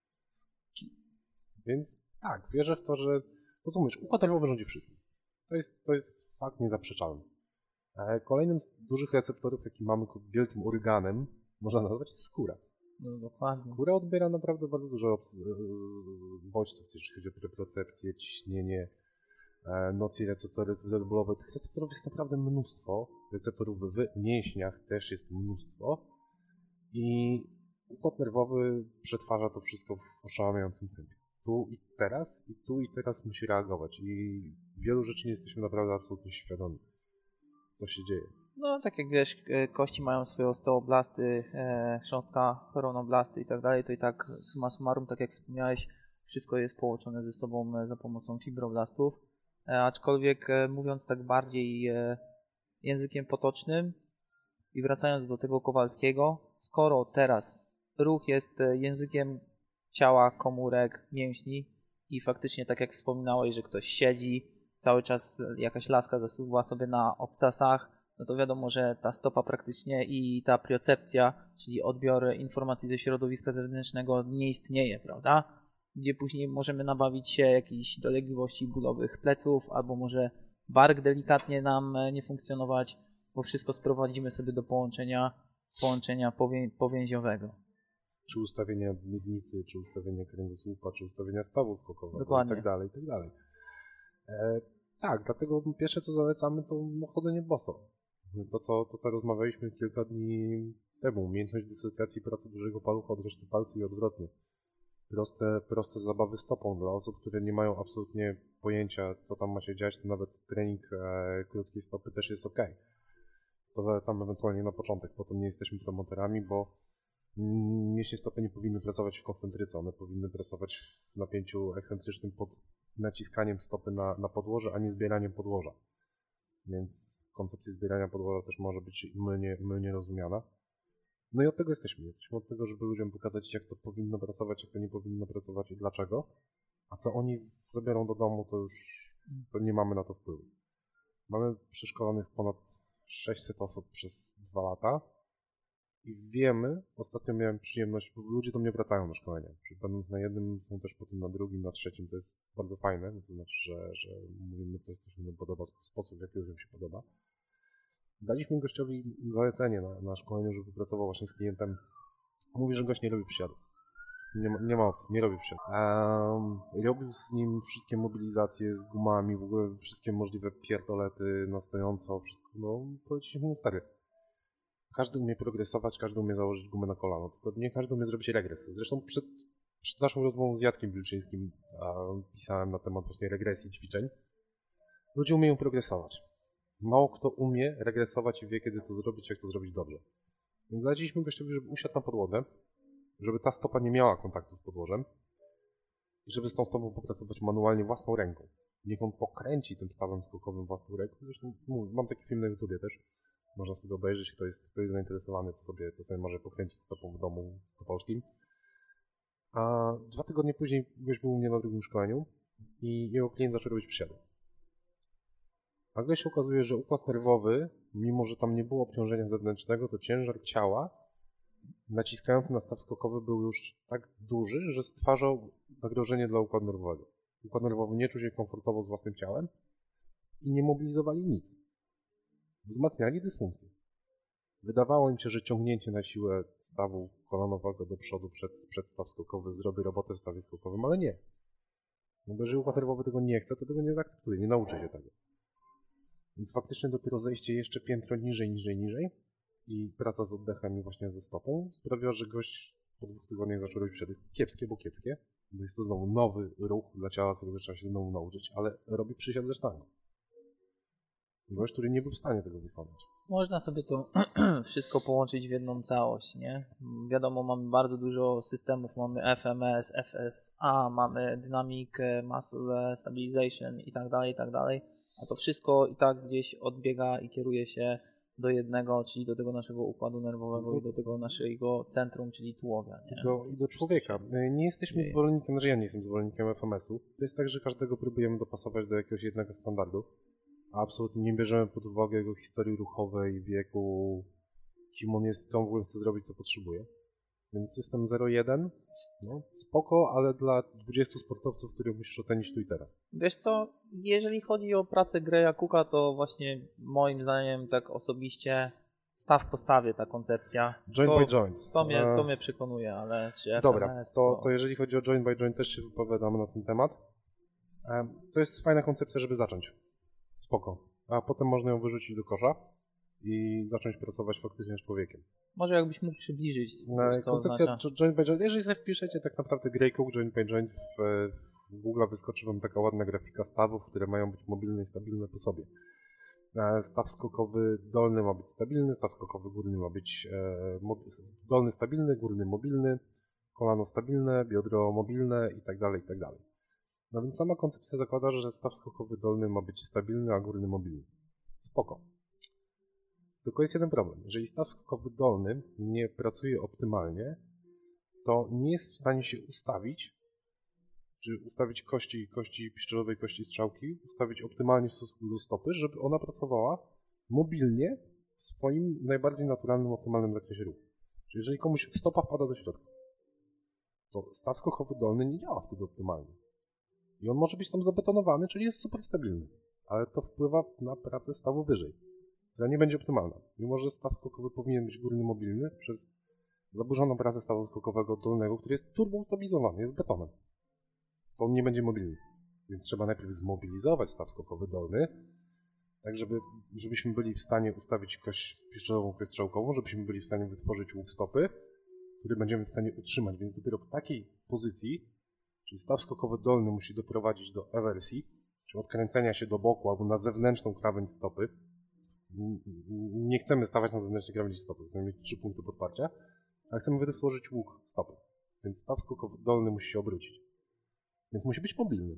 Więc tak, wierzę w to, że to co mówisz, układ nerwowy rządzi wszystkim. To jest, to jest fakt niezaprzeczalny. Kolejnym z dużych receptorów, jaki mamy wielkim organem, można nazwać, jest skóra. No, dokładnie. Skóra odbiera naprawdę bardzo dużo bodźców, jeśli chodzi o propriocepcję, ciśnienie, nocje, receptory bólowe. Tych receptorów jest naprawdę mnóstwo. Receptorów w mięśniach też jest mnóstwo. I układ nerwowy przetwarza to wszystko w oszałamiającym tempie. Tu i teraz, i tu i teraz musi reagować. I wielu rzeczy nie jesteśmy naprawdę absolutnie świadomi, co się dzieje. No, tak jak wiesz, kości mają swoje osteoblasty, chrząstka, chronoblasty i tak dalej, to i tak summa summarum, tak jak wspomniałeś, wszystko jest połączone ze sobą za pomocą fibroblastów. Aczkolwiek mówiąc tak bardziej językiem potocznym i wracając do tego Kowalskiego, skoro teraz ruch jest językiem ciała, komórek, mięśni i faktycznie tak jak wspominałeś, że ktoś siedzi, cały czas jakaś laska zasuwa sobie na obcasach, no to wiadomo, że ta stopa praktycznie i ta priocepcja, czyli odbiór informacji ze środowiska zewnętrznego nie istnieje, prawda? Gdzie później możemy nabawić się jakichś dolegliwości bólowych pleców, albo może bark delikatnie nam nie funkcjonować, bo wszystko sprowadzimy sobie do połączenia, połączenia powię- powięziowego. czy ustawienia miednicy, czy ustawienia kręgosłupa, czy ustawienia stawu skokowego Dokładnie. i tak dalej, i tak dalej. E, tak, dlatego pierwsze co zalecamy to no, chodzenie boso. To co, to, co rozmawialiśmy kilka dni temu, umiejętność dysocjacji pracy dużego palucha od reszty palców i odwrotnie. Proste, proste zabawy stopą dla osób, które nie mają absolutnie pojęcia, co tam ma się dziać, to nawet trening e, krótkiej stopy też jest ok. To zalecamy ewentualnie na początek, potem nie jesteśmy promotorami, bo mięśnie stopy nie powinny pracować w koncentryce, one powinny pracować w napięciu ekscentrycznym pod naciskaniem stopy na, na podłoże, a nie zbieraniem podłoża. Więc koncepcja zbierania podłoża też może być mylnie, mylnie rozumiana. No i od tego jesteśmy. Jesteśmy od tego, żeby ludziom pokazać, jak to powinno pracować, jak to nie powinno pracować i dlaczego. A co oni zabiorą do domu, to już to nie mamy na to wpływu. Mamy przeszkolonych ponad sześćset osób przez dwa lata i wiemy, ostatnio miałem przyjemność, bo ludzie do mnie wracają na szkolenia. Czyli będąc na jednym, są też potem na drugim, na trzecim. To jest bardzo fajne, to znaczy, że, że mówimy coś, co się nam podoba, sposób, w jaki ludziom się podoba. Daliśmy gościowi zalecenie na, na szkoleniu, żeby pracował właśnie z klientem. Mówi, że gość nie robi przysiadów. Nie ma, nie ma opcji, nie robi przysiadów. Um, robił z nim wszystkie mobilizacje z gumami, w ogóle wszystkie możliwe pierdolety na stojąco, wszystko. No, powiedzieliśmy mu, stary. Każdy umie progresować, każdy umie założyć gumę na kolano, tylko nie każdy umie zrobić regres. Zresztą przed, przed naszą rozmową z Jackiem Wilczyńskim pisałem na temat właśnie regresji ćwiczeń. Ludzie umieją progresować. Mało kto umie regresować i wie, kiedy to zrobić, jak to zrobić dobrze. Więc zaleciliśmy gościowi, żeby usiadł na podłodze, żeby ta stopa nie miała kontaktu z podłożem i żeby z tą stopą popracować manualnie własną ręką. Niech on pokręci tym stawem skokowym własną ręką. Zresztą mówię, mam taki film na YouTubie też. Można sobie obejrzeć, kto jest, kto jest zainteresowany, to sobie, to sobie może pokręcić stopą w domu stopolskim. A dwa tygodnie później gość był u mnie na drugim szkoleniu i jego klient zaczął robić przysiady. Nagle się okazuje, że układ nerwowy, mimo że tam nie było obciążenia zewnętrznego, to ciężar ciała naciskający na staw skokowy był już tak duży, że stwarzał zagrożenie dla układu nerwowego. Układ nerwowy nie czuł się komfortowo z własnym ciałem i nie mobilizowali nic. Wzmacniali dysfunkcję. Wydawało im się, że ciągnięcie na siłę stawu kolanowego do przodu przed, przed staw skokowy zrobi robotę w stawie skokowym, ale nie. No bo jeżeli układ nerwowy tego nie chce, to tego nie zaakceptuje, nie nauczy się tego. Więc faktycznie dopiero zejście jeszcze piętro niżej, niżej, niżej i praca z oddechem i właśnie ze stopą sprawiła, że gość po dwóch tygodniach zaczął robić przysiady kiepskie, bo kiepskie, bo jest to znowu nowy ruch dla ciała, którego trzeba się znowu nauczyć, ale robi przysiad ze sztangą. Gość, który nie był w stanie tego wykonać. Można sobie to wszystko połączyć w jedną całość, nie? Wiadomo, mamy bardzo dużo systemów, mamy F M S, F S A, mamy Dynamic Muscle Stabilization i tak dalej, i tak dalej. A to wszystko i tak gdzieś odbiega i kieruje się do jednego, czyli do tego naszego układu nerwowego do, i do tego naszego centrum, czyli tułowia. Nie? Do, I do człowieka. Nie jesteśmy zwolennikiem, znaczy ja nie jestem zwolennikiem F M S-u. To jest tak, że każdego próbujemy dopasować do jakiegoś jednego standardu, a absolutnie nie bierzemy pod uwagę jego historii ruchowej, wieku, kim on jest, co on w ogóle chce zrobić, co potrzebuje. Więc system zero jeden, no spoko, ale dla dwudziestu sportowców, których musisz ocenić tu i teraz. Wiesz co, jeżeli chodzi o pracę Greya Cooka, to właśnie moim zdaniem tak osobiście staw po stawie ta koncepcja. Joint to, by joint. To mnie, to mnie przekonuje, ale czy F M S, Dobra, to, to jeżeli chodzi o joint by joint, też się wypowiadamy na ten temat. To jest fajna koncepcja, żeby zacząć. Spoko. A potem można ją wyrzucić do kosza i zacząć pracować faktycznie z człowiekiem. Może jakbyś mógł przybliżyć, wiesz, co koncepcja oznacza? joint by joint, jeżeli sobie wpiszecie tak naprawdę Grey Cook joint by joint w, w Google wyskoczy wam taka ładna grafika stawów, które mają być mobilne i stabilne po sobie. Staw skokowy dolny ma być stabilny, staw skokowy górny ma być e, dolny stabilny, górny mobilny, kolano stabilne, biodro mobilne i tak dalej, i tak dalej. No więc sama koncepcja zakłada, że staw skokowy dolny ma być stabilny, a górny mobilny. Spoko. Tylko jest jeden problem. Jeżeli staw skokowy dolny nie pracuje optymalnie, to nie jest w stanie się ustawić, czy ustawić kości, kości piszczelowej, kości strzałki, ustawić optymalnie w stosunku do stopy, żeby ona pracowała mobilnie w swoim najbardziej naturalnym, optymalnym zakresie ruchu. Czyli jeżeli komuś stopa wpada do środka, to staw skokowy dolny nie działa wtedy optymalnie. I on może być tam zabetonowany, czyli jest super stabilny, ale to wpływa na pracę stawu wyżej, która nie będzie optymalna. Mimo że staw skokowy powinien być górny mobilny, przez zaburzoną pracę stawu skokowego dolnego, który jest turbo ustabilizowany, jest betonem. To on nie będzie mobilny. Więc trzeba najpierw zmobilizować staw skokowy dolny, tak żeby, żebyśmy byli w stanie ustawić kość piszczelową, kość strzałkową, żebyśmy byli w stanie wytworzyć łuk stopy, który będziemy w stanie utrzymać. Więc dopiero w takiej pozycji, czyli staw skokowy dolny musi doprowadzić do ewersji, czyli odkręcenia się do boku albo na zewnętrzną krawędź stopy. Nie chcemy stawać na zewnętrznej krawędzi stopy, chcemy mieć trzy punkty podparcia, ale chcemy wytworzyć łuk stopy. Więc staw skokowy dolny musi się obrócić. Więc musi być mobilny.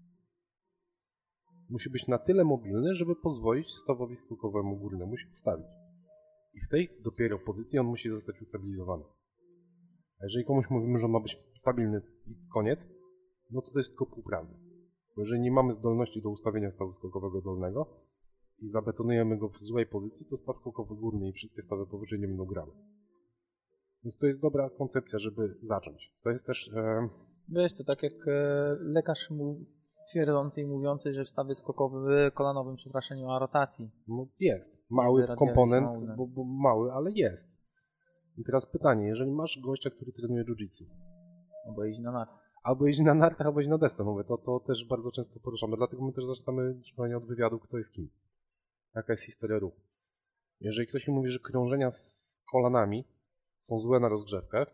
Musi być na tyle mobilny, żeby pozwolić stawowi skokowemu górnemu się ustawić. I w tej dopiero pozycji on musi zostać ustabilizowany. A jeżeli komuś mówimy, że on ma być stabilny i koniec, no to to jest tylko półprawda. Bo jeżeli nie mamy zdolności do ustawienia stawu skokowego dolnego i zabetonujemy go w złej pozycji, to staw skokowy górny i wszystkie stawy powyżej nie będą grały. Więc to jest dobra koncepcja, żeby zacząć. To jest też... E... Wiesz, to tak jak e, lekarz mu twierdzący i mówiący, że w stawie skokowy, kolanowym, przepraszam, nie ma rotacji. No jest. Mały komponent, bo, bo mały, ale jest. I teraz pytanie, jeżeli masz gościa, który trenuje jiu-jitsu. Albo jeździ na nartach. Albo jeździ na nartach, albo jeździ na desce. Mówię, to, to też bardzo często poruszamy. Dlatego my też zaczynamy szkolenie od wywiadu, kto jest kim. Jaka jest historia ruchu. Jeżeli ktoś mi mówi, że krążenia z kolanami są złe na rozgrzewkę,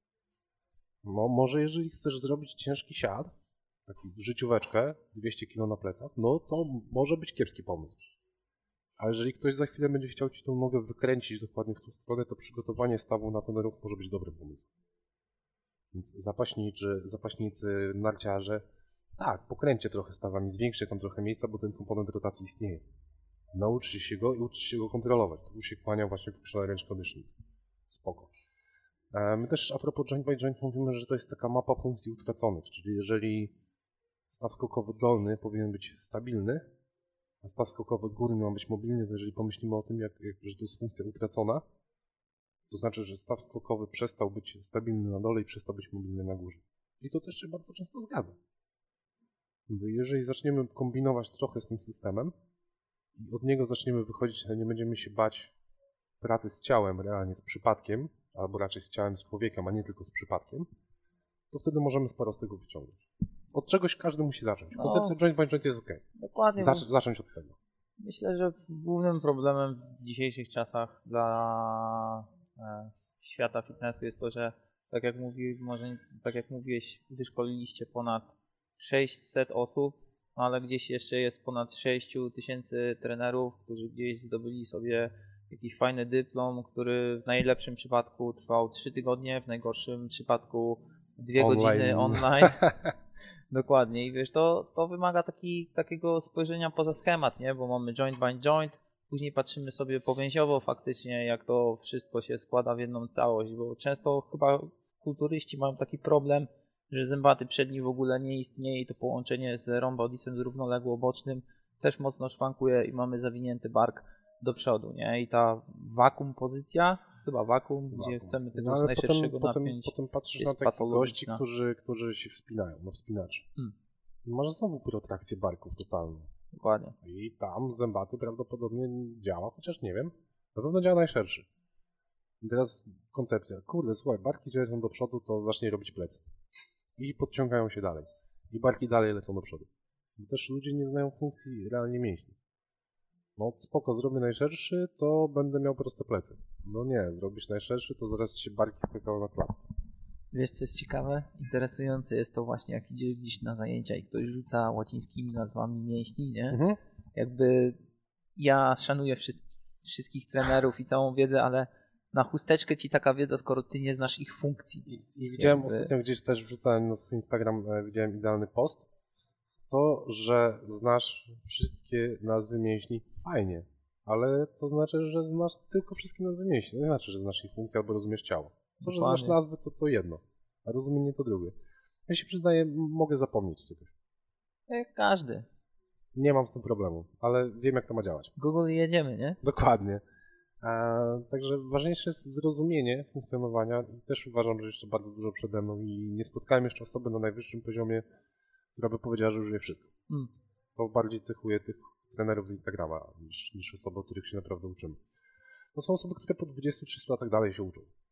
no może jeżeli chcesz zrobić ciężki siad, taką życióweczkę, dwieście kilo na plecach, no to może być kiepski pomysł. A jeżeli ktoś za chwilę będzie chciał ci tą nogę wykręcić dokładnie w tą stronę, to przygotowanie stawu na ten ruch może być dobrym pomysłem. Więc zapaśniczy, zapaśnicy, narciarze, tak, pokręćcie trochę stawami, zwiększcie tam trochę miejsca, bo ten komponent rotacji istnieje. Nauczcie się go i uczcie się go kontrolować. Tu się kłania właśnie w range conditioning. Spoko. My też a propos joint by joint mówimy, że to jest taka mapa funkcji utraconych, czyli jeżeli staw skokowy dolny powinien być stabilny, a staw skokowy górny ma być mobilny, to jeżeli pomyślimy o tym, jak, jak, że to jest funkcja utracona, to znaczy, że staw skokowy przestał być stabilny na dole i przestał być mobilny na górze. I to też się bardzo często zgadza. Jeżeli zaczniemy kombinować trochę z tym systemem i od niego zaczniemy wychodzić, ale nie będziemy się bać pracy z ciałem, realnie z przypadkiem, albo raczej z ciałem, z człowiekiem, a nie tylko z przypadkiem, to wtedy możemy sporo z tego wyciągnąć. Od czegoś każdy musi zacząć. Koncepcja no, joint by joint jest ok. Dokładnie. Zac- zacząć od tego. Myślę, że głównym problemem w dzisiejszych czasach dla e, świata fitnessu jest to, że tak jak mówi, może tak jak mówiłeś, wyszkoliliście ponad sześćset osób, no ale gdzieś jeszcze jest ponad sześć tysięcy trenerów, którzy gdzieś zdobyli sobie jakiś fajny dyplom, który w najlepszym przypadku trwał trzy tygodnie, w najgorszym przypadku dwie godziny online. Dokładnie. I wiesz, to, to wymaga taki, takiego spojrzenia poza schemat, nie? Bo mamy joint by joint, później patrzymy sobie powięziowo faktycznie, jak to wszystko się składa w jedną całość, bo często chyba kulturyści mają taki problem, że zębaty przedni w ogóle nie istnieje i to połączenie z rhomboidisem równoległo-bocznym też mocno szwankuje i mamy zawinięty bark do przodu, nie? I ta wakum pozycja, chyba wakum, wakum. Gdzie chcemy tego no, z najszerszego potem, napięć, potem, potem patrzysz na takich gości, którzy, którzy się wspinają, no wspinacze. Hmm. I masz znowu protrakcję barków totalną. Dokładnie. I tam zębaty prawdopodobnie działa, chociaż nie wiem, na pewno działa najszerszy. I teraz koncepcja, kurde, słuchaj, barki gdzie lecą do przodu, to zacznie robić plecy. I podciągają się dalej. I barki dalej lecą do przodu. Bo też ludzie nie znają funkcji realnie mięśni. No spoko, zrobię najszerszy, to będę miał proste plecy. No nie, zrobisz najszerszy, to zaraz ci się barki skakały na klatce. Wiesz, co jest ciekawe? Interesujące jest to właśnie, jak idziesz gdzieś na zajęcia i ktoś rzuca łacińskimi nazwami mięśni, nie? Mhm. Jakby ja szanuję wszystkich, wszystkich trenerów i całą wiedzę, ale na chusteczkę ci taka wiedza, skoro ty nie znasz ich funkcji. I, i widziałem jakby... ostatnio gdzieś też wrzucałem na swój Instagram, e, widziałem idealny post, to, że znasz wszystkie nazwy mięśni, fajnie, ale to znaczy, że znasz tylko wszystkie nazwy mięśni. To nie znaczy, że znasz ich funkcję albo rozumiesz ciało. To, że znasz nazwy, to, to jedno, a rozumienie to drugie. Ja się przyznaję, mogę zapomnieć czegoś. Jak każdy. Nie mam z tym problemu, ale wiem, jak to ma działać. Google i jedziemy, nie? Dokładnie. A, także ważniejsze jest zrozumienie funkcjonowania. Też uważam, że jeszcze bardzo dużo przede mną i nie spotkałem jeszcze osoby na najwyższym poziomie, która by powiedziała, że już wie wszystko. Hmm. To bardziej cechuje tych trenerów z Instagrama niż, niż osoby, od których się naprawdę uczymy. To są osoby, które po dwudziestu trzystu latach dalej się uczą.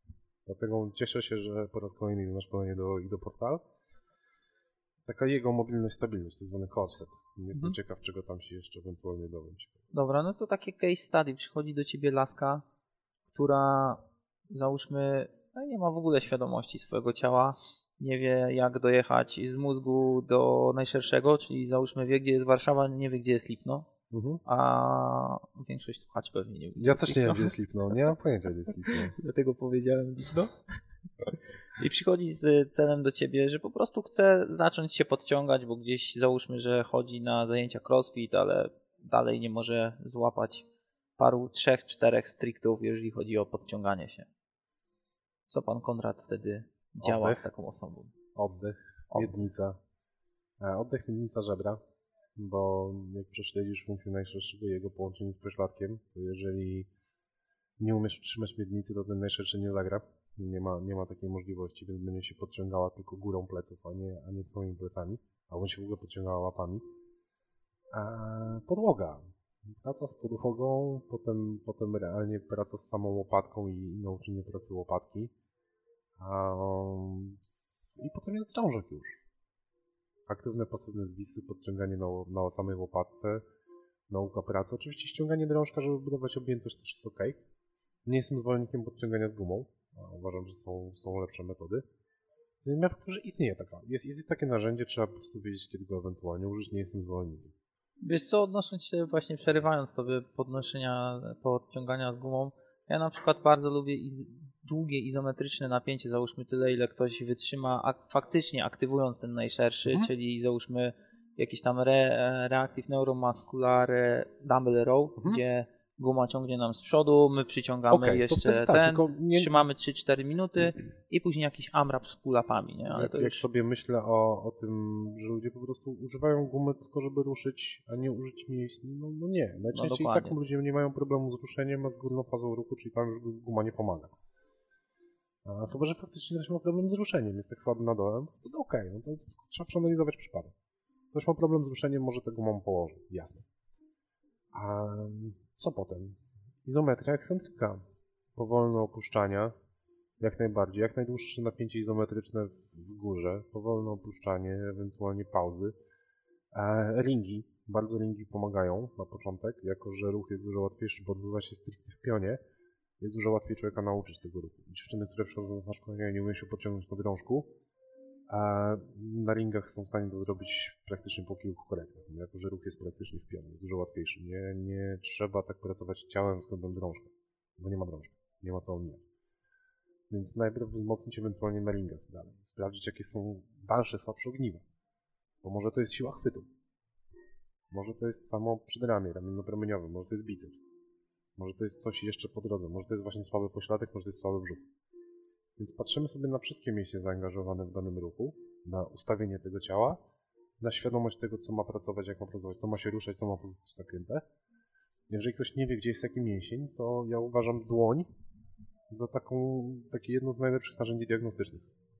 Dlatego cieszę się, że po raz kolejny idę na szkolenie do iDoPortal. Taka jego mobilność, stabilność, tak zwany corset. Jestem mhm. ciekaw, czego tam się jeszcze ewentualnie dowiem. Dobra, no to takie case study. Przychodzi do ciebie laska, która załóżmy no nie ma w ogóle świadomości swojego ciała, nie wie jak dojechać z mózgu do najszerszego, czyli załóżmy wie gdzie jest Warszawa, nie wie gdzie jest Lipno, mhm. a większość słuchaczy pewnie nie wie. Ja też nie wiem gdzie jest Lipno, nie mam pojęcia gdzie jest Lipno. Dlatego powiedziałem Lipno. I przychodzi z celem do ciebie, że po prostu chce zacząć się podciągać, bo gdzieś załóżmy, że chodzi na zajęcia crossfit, ale dalej nie może złapać paru, trzech, czterech striktów, jeżeli chodzi o podciąganie się. Co pan Konrad wtedy działa Oddech. z taką osobą? Oddech, Oddech. miednica. Oddech, miednica, żebra, bo jak prześledzisz funkcję najszerszego jego połączenia z pośladkiem, to jeżeli nie umiesz trzymać miednicy, to ten najszerszy nie zagra. Nie ma, nie ma takiej możliwości, więc będzie się podciągała tylko górą pleców, a nie, a nie całymi plecami. Albo się w ogóle podciągała łapami. A podłoga. Praca z podłogą, potem, potem realnie praca z samą łopatką i nauczenie pracy łopatki. Um, I potem jest drążek już. Aktywne, pasywne zwisy, podciąganie na, na samej łopatce, nauka pracy. Oczywiście ściąganie drążka, żeby budować objętość, też jest ok. Nie jestem zwolennikiem podciągania z gumą. Uważam, że są, są lepsze metody. Ja w którym istnieje taka. Jest, jest takie narzędzie, trzeba po prostu wiedzieć, kiedy go ewentualnie użyć. Nie jestem zwolennikiem. Wiesz co, odnosząc się właśnie, przerywając tobie podnoszenia, podciągania z gumą, ja na przykład bardzo lubię iz- długie izometryczne napięcie, załóżmy tyle, ile ktoś wytrzyma ak- faktycznie aktywując ten najszerszy, mhm. czyli załóżmy jakiś tam re- Reactive Neuromuscular Dumbbell Row, mhm. gdzie guma ciągnie nam z przodu, my przyciągamy okay, jeszcze tak, ten, nie... trzymamy trzy cztery minuty i później jakiś AMRAP z pull-upami, nie? Ale jak, to jak już... sobie myślę o, o tym, że ludzie po prostu używają gumy tylko, żeby ruszyć, a nie użyć mięśni, no, no nie. Najczęściej no i tak ludzie nie mają problemu z ruszeniem, a z górną fazą ruchu, czyli tam już guma nie pomaga. A chyba, że faktycznie ktoś ma problem z ruszeniem, jest tak słaby na dole, to, to okej, okay, no to trzeba przeanalizować przypadek. Ktoś ma problem z ruszeniem, może tego gumą położy, jasne. A co potem? Izometria ekscentryka. Powolne opuszczania, jak najbardziej. Jak najdłuższe napięcie izometryczne w górze. Powolne opuszczanie, ewentualnie pauzy. E, ringi. Bardzo ringi pomagają na początek, jako że ruch jest dużo łatwiejszy, bo odbywa się stricte w pionie. Jest dużo łatwiej człowieka nauczyć tego ruchu. Dziewczyny, które przychodzą na szkolenie, nie umieją się podciągnąć na drążku, a na ringach są w stanie to zrobić praktycznie po kilku korektach, jako że ruch jest praktycznie w pionie, jest dużo łatwiejszy. Nie, nie trzeba tak pracować ciałem względem drążka, bo nie ma drążka, nie ma co omijać. Więc najpierw wzmocnić ewentualnie na ringach dalej, sprawdzić jakie są dalsze, słabsze ogniwa, bo może to jest siła chwytu, może to jest samo przedramię ramienno-promieniowe, może to jest biceps, może to jest coś jeszcze po drodze, może to jest właśnie słaby pośladek, może to jest słaby brzuch. Więc patrzymy sobie na wszystkie mięśnie zaangażowane w danym ruchu, na ustawienie tego ciała, na świadomość tego, co ma pracować, jak ma pracować, co ma się ruszać, co ma pozostać napięte. Jeżeli ktoś nie wie, gdzie jest jaki mięsień, to ja uważam dłoń za taką, takie jedno z najlepszych narzędzi diagnostycznych.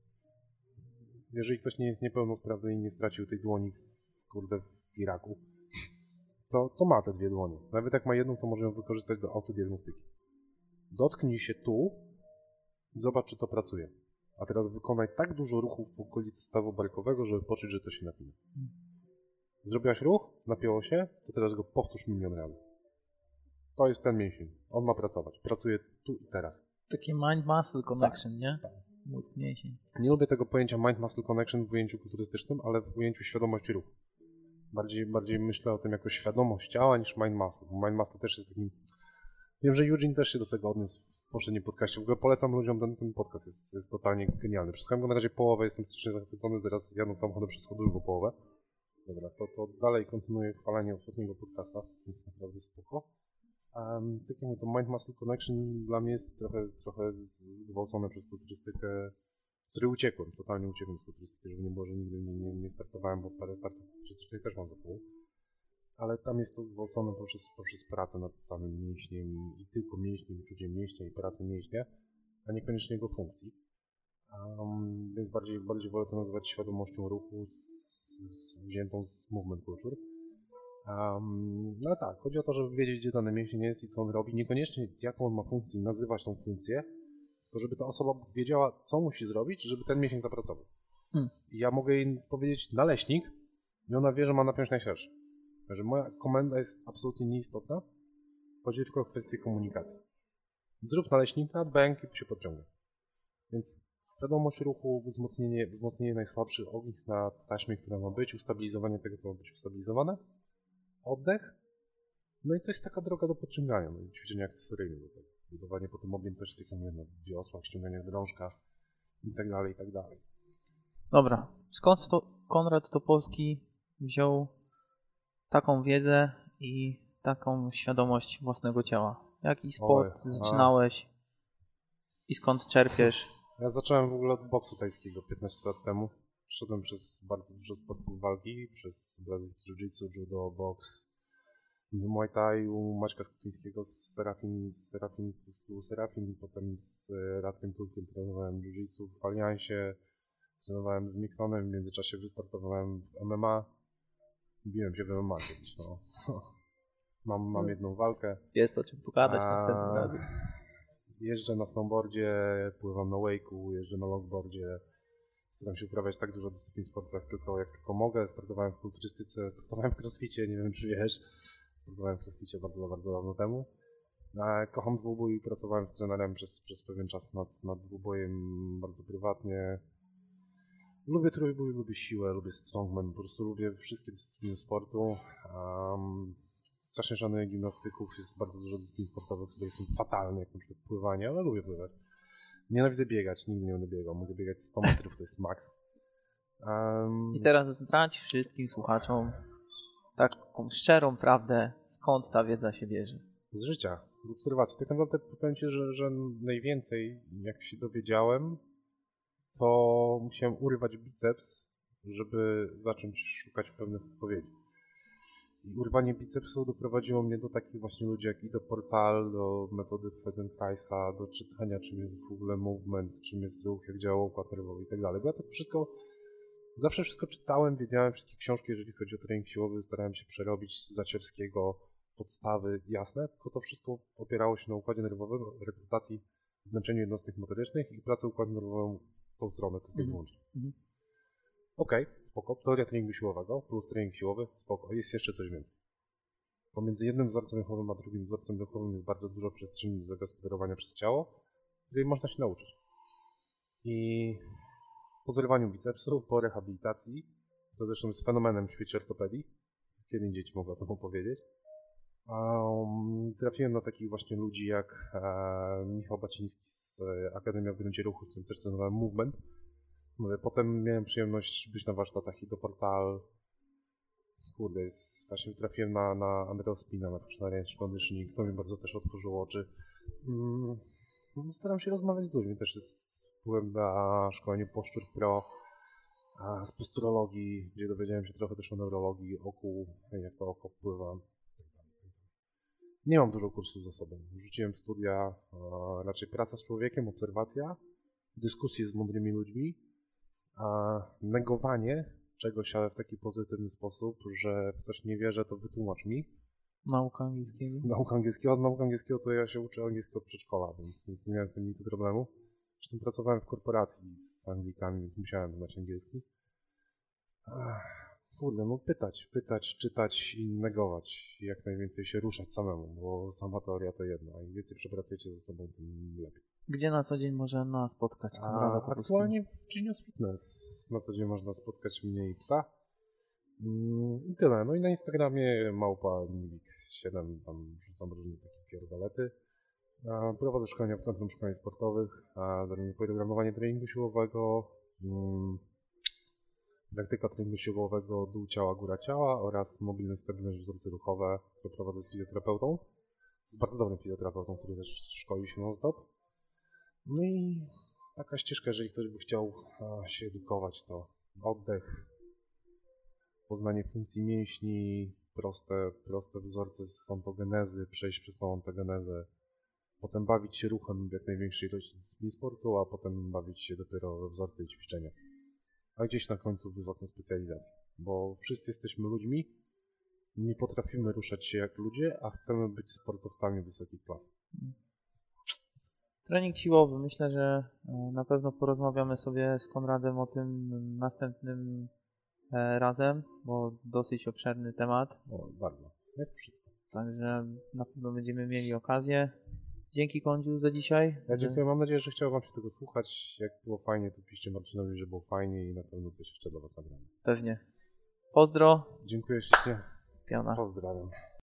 Jeżeli ktoś nie jest niepełnosprawny i nie stracił tej dłoni w, kurde, w Iraku, to, to ma te dwie dłonie. Nawet jak ma jedną, to może ją wykorzystać do autodiagnostyki. Dotknij się tu, zobacz, czy to pracuje. A teraz wykonaj tak dużo ruchów w okolicy stawu barkowego, żeby poczuć, że to się napina. Zrobiłaś ruch, napięło się, to teraz go powtórz milion razy. To jest ten mięsień. On ma pracować. Pracuje tu i teraz. Takie mind-muscle connection, tak, nie? Tak. Mózg, mięsień. Nie lubię tego pojęcia mind-muscle connection w ujęciu kulturystycznym, ale w ujęciu świadomości ruchu. Bardziej, bardziej myślę o tym jako świadomość ciała niż mind-muscle. Mind-muscle też jest takim... Wiem, że Eugene też się do tego odniósł w poprzednim podcaście. W ogóle polecam ludziom ten, ten podcast, jest, jest totalnie genialny. Przesłuchałem go na razie połowę, jestem strasznie zachwycony, teraz jadę samochodem przez drugą połowę. Dobra, to, to dalej kontynuuję chwalenie ostatniego podcasta, więc naprawdę spoko. Um, tak jak mówię, to Mind-Muscle Connection dla mnie jest trochę, trochę zgwałcone przez kulturystykę, której uciekłem, totalnie uciekłem z kulturystyki, żeby nie było, że nigdy nie, nie, nie startowałem, bo parę startów kulturystycznych też mam za sobą. Ale tam jest to zgwałcone poprzez, poprzez pracę nad samym mięśniem i, i tylko mięśniem, wyczuciem mięśnia i pracę mięśnia, a niekoniecznie jego funkcji. Um, więc bardziej, bardziej wolę to nazywać świadomością ruchu z, z, wziętą z movement culture. Um, no tak, chodzi o to, żeby wiedzieć, gdzie dane mięsień jest i co on robi. Niekoniecznie jaką on ma funkcję, nazywać tą funkcję, Tylko żeby ta osoba wiedziała, co musi zrobić, żeby ten miesiąc zapracował. Hmm. I ja mogę jej powiedzieć naleśnik i ona wie, że ma napiąć najszerszy. Także moja komenda jest absolutnie nieistotna. Chodzi tylko o kwestię komunikacji. Zrób naleśnika, bęk i się podciągnie. Więc świadomość ruchu, wzmocnienie, wzmocnienie najsłabszych ogniw na taśmie, która ma być, ustabilizowanie tego, co ma być ustabilizowane, oddech. No i to jest taka droga do podciągania, no i ćwiczenia akcesoryjne do tego. Budowanie potem objętości tych na wiosłach, ściągania w drążkach i tak dalej, i tak dalej. Dobra, skąd to Konrad Topolski wziął taką wiedzę i taką świadomość własnego ciała? Jaki sport Oj, zaczynałeś i skąd czerpiesz? Ja zacząłem w ogóle od boksu tajskiego piętnaście lat temu. Przeszedłem przez bardzo dużo sportów walki, przez brazylijski jiu-jitsu, judo, boks, Muay Thai u Maćka Skutnickiego z Serafin, z Serafin, z Serafin, potem z Radkiem Turkiem trenowałem jiu-jitsu w Aliansie, trenowałem z Mixonem, w międzyczasie wystartowałem w M M A. Biłem się w M M A kiedyś, no. Mam, mam jedną walkę. Jest o czym pogadać A... następnym razem. Jeżdżę na snowboardzie, pływam na wake'u, jeżdżę na longboardzie. Staram się uprawiać tak dużo dyscyplin sportowych, tylko jak tylko mogę. Startowałem w kulturystyce, startowałem w crossficie, nie wiem czy wiesz. Startowałem w crossficie bardzo, bardzo dawno temu. Kocham dwubój, pracowałem z trenerem przez, przez pewien czas nad, nad dwubojem bardzo prywatnie. Lubię trójbój, lubię siłę, lubię strongman, po prostu lubię wszystkie dyscypliny sportu. Um, strasznie szanuję gimnastyków, jest bardzo dużo dyscyplin sportowych, które są fatalne, jak na przykład pływanie, ale lubię pływać. Nienawidzę biegać, nigdy nie będę biegał, mogę biegać sto metrów, to jest maks. Um, I teraz zdradź wszystkim słuchaczom taką szczerą prawdę, skąd ta wiedza się bierze. Z życia, z obserwacji. Tak naprawdę powiem Ci, że, że najwięcej, jak się dowiedziałem, to musiałem urywać biceps, żeby zacząć szukać pewnych odpowiedzi. I urwanie bicepsu doprowadziło mnie do takich właśnie ludzi jak Ido Portal, do metody Feldenkraisa, do czytania, czym jest w ogóle movement, czym jest ruch, jak działa układ nerwowy i tak dalej. Bo ja to wszystko, zawsze wszystko czytałem, wiedziałem wszystkie książki, jeżeli chodzi o trening siłowy, starałem się przerobić z Zacierskiego, podstawy jasne, tylko to wszystko opierało się na układzie nerwowym, rekrutacji, zmęczeniu jednostek motorycznych i pracy układu nerwowego w tą stronę tylko i wyłącznie. Mm-hmm. Okej, okay, spoko. Teoria treningu siłowego plus trening siłowy, spoko. Jest jeszcze coś więcej. Pomiędzy jednym wzorcem ruchowym a drugim wzorcem ruchowym jest bardzo dużo przestrzeni do zagospodarowania przez ciało, której można się nauczyć. I po zerwaniu bicepsu, po rehabilitacji, to zresztą jest fenomenem w świecie ortopedii, kiedy indziej ci mogę o tym opowiedzieć, um, trafiłem na takich właśnie ludzi jak e, Michał Baciński z Akademii w Gruncie Ruchu, w którym też trenowałem movement. Potem miałem przyjemność być na warsztatach i do Portal. Kurde, jest, właśnie trafiłem na, na Andreo Spina, na Range Conditioning, to mi bardzo też otworzyło oczy. Mm, staram się rozmawiać z ludźmi, też jest, byłem na szkoleniu Poszczur Pro a, z posturologii, gdzie dowiedziałem się trochę też o neurologii, oku, jak to oko wpływa. Nie mam dużo kursów za sobą. Rzuciłem studia, a, raczej praca z człowiekiem, obserwacja, dyskusje z mądrymi ludźmi, a negowanie czegoś, ale w taki pozytywny sposób, że w coś nie wierzę, to wytłumacz mi. Nauka angielskiego? Nauka angielskiego, od nauki angielskiego to ja się uczę angielskiego od przedszkola, więc, więc nie miałem z tym nigdy problemu. Zresztą pracowałem w korporacji z Anglikami, więc musiałem znać angielski. Kurde, no pytać, pytać, czytać i negować. I jak najwięcej się ruszać samemu, bo sama teoria to jedno, a im więcej przepracujecie ze sobą, tym lepiej. Gdzie na co dzień można spotkać Konrada Topolskiego? Aktualnie w Genius Fitness na co dzień można spotkać mnie i psa. I tyle. No i na Instagramie małpa Nivix siedem, tam wrzucam różne takie pierdolety. Prowadzę szkolenia w Centrum Szkoleń Sportowych, zarówno programowanie treningu siłowego, praktyka treningu siłowego dół ciała, góra ciała oraz mobilność, stabilność, wzorce ruchowe, które prowadzę z fizjoterapeutą. Z bardzo dobrym fizjoterapeutą, który też szkoli się non-stop. No i taka ścieżka, jeżeli ktoś by chciał się edukować, to oddech, poznanie funkcji mięśni, proste, proste wzorce z ontogenezy, przejść przez tą ontogenezę, potem bawić się ruchem w jak największej ilości dyscyplin sportu, a potem bawić się dopiero we wzorce i ćwiczenia. A gdzieś na końcu wywokną specjalizację, bo wszyscy jesteśmy ludźmi, nie potrafimy ruszać się jak ludzie, a chcemy być sportowcami wysokiej klasy. Trening siłowy. Myślę, że na pewno porozmawiamy sobie z Konradem o tym następnym razem, bo dosyć obszerny temat. O, bardzo. Jak wszystko. Także na pewno będziemy mieli okazję. Dzięki, Kondziu, za dzisiaj. Ja dziękuję. Mam nadzieję, że chciało wam się tego słuchać. Jak było fajnie, to piszcie Marcinowi, że było fajnie i na pewno coś jeszcze dla was nagramy. Pewnie. Pozdro. Dziękuję ślicznie. Piona. Pozdrawiam.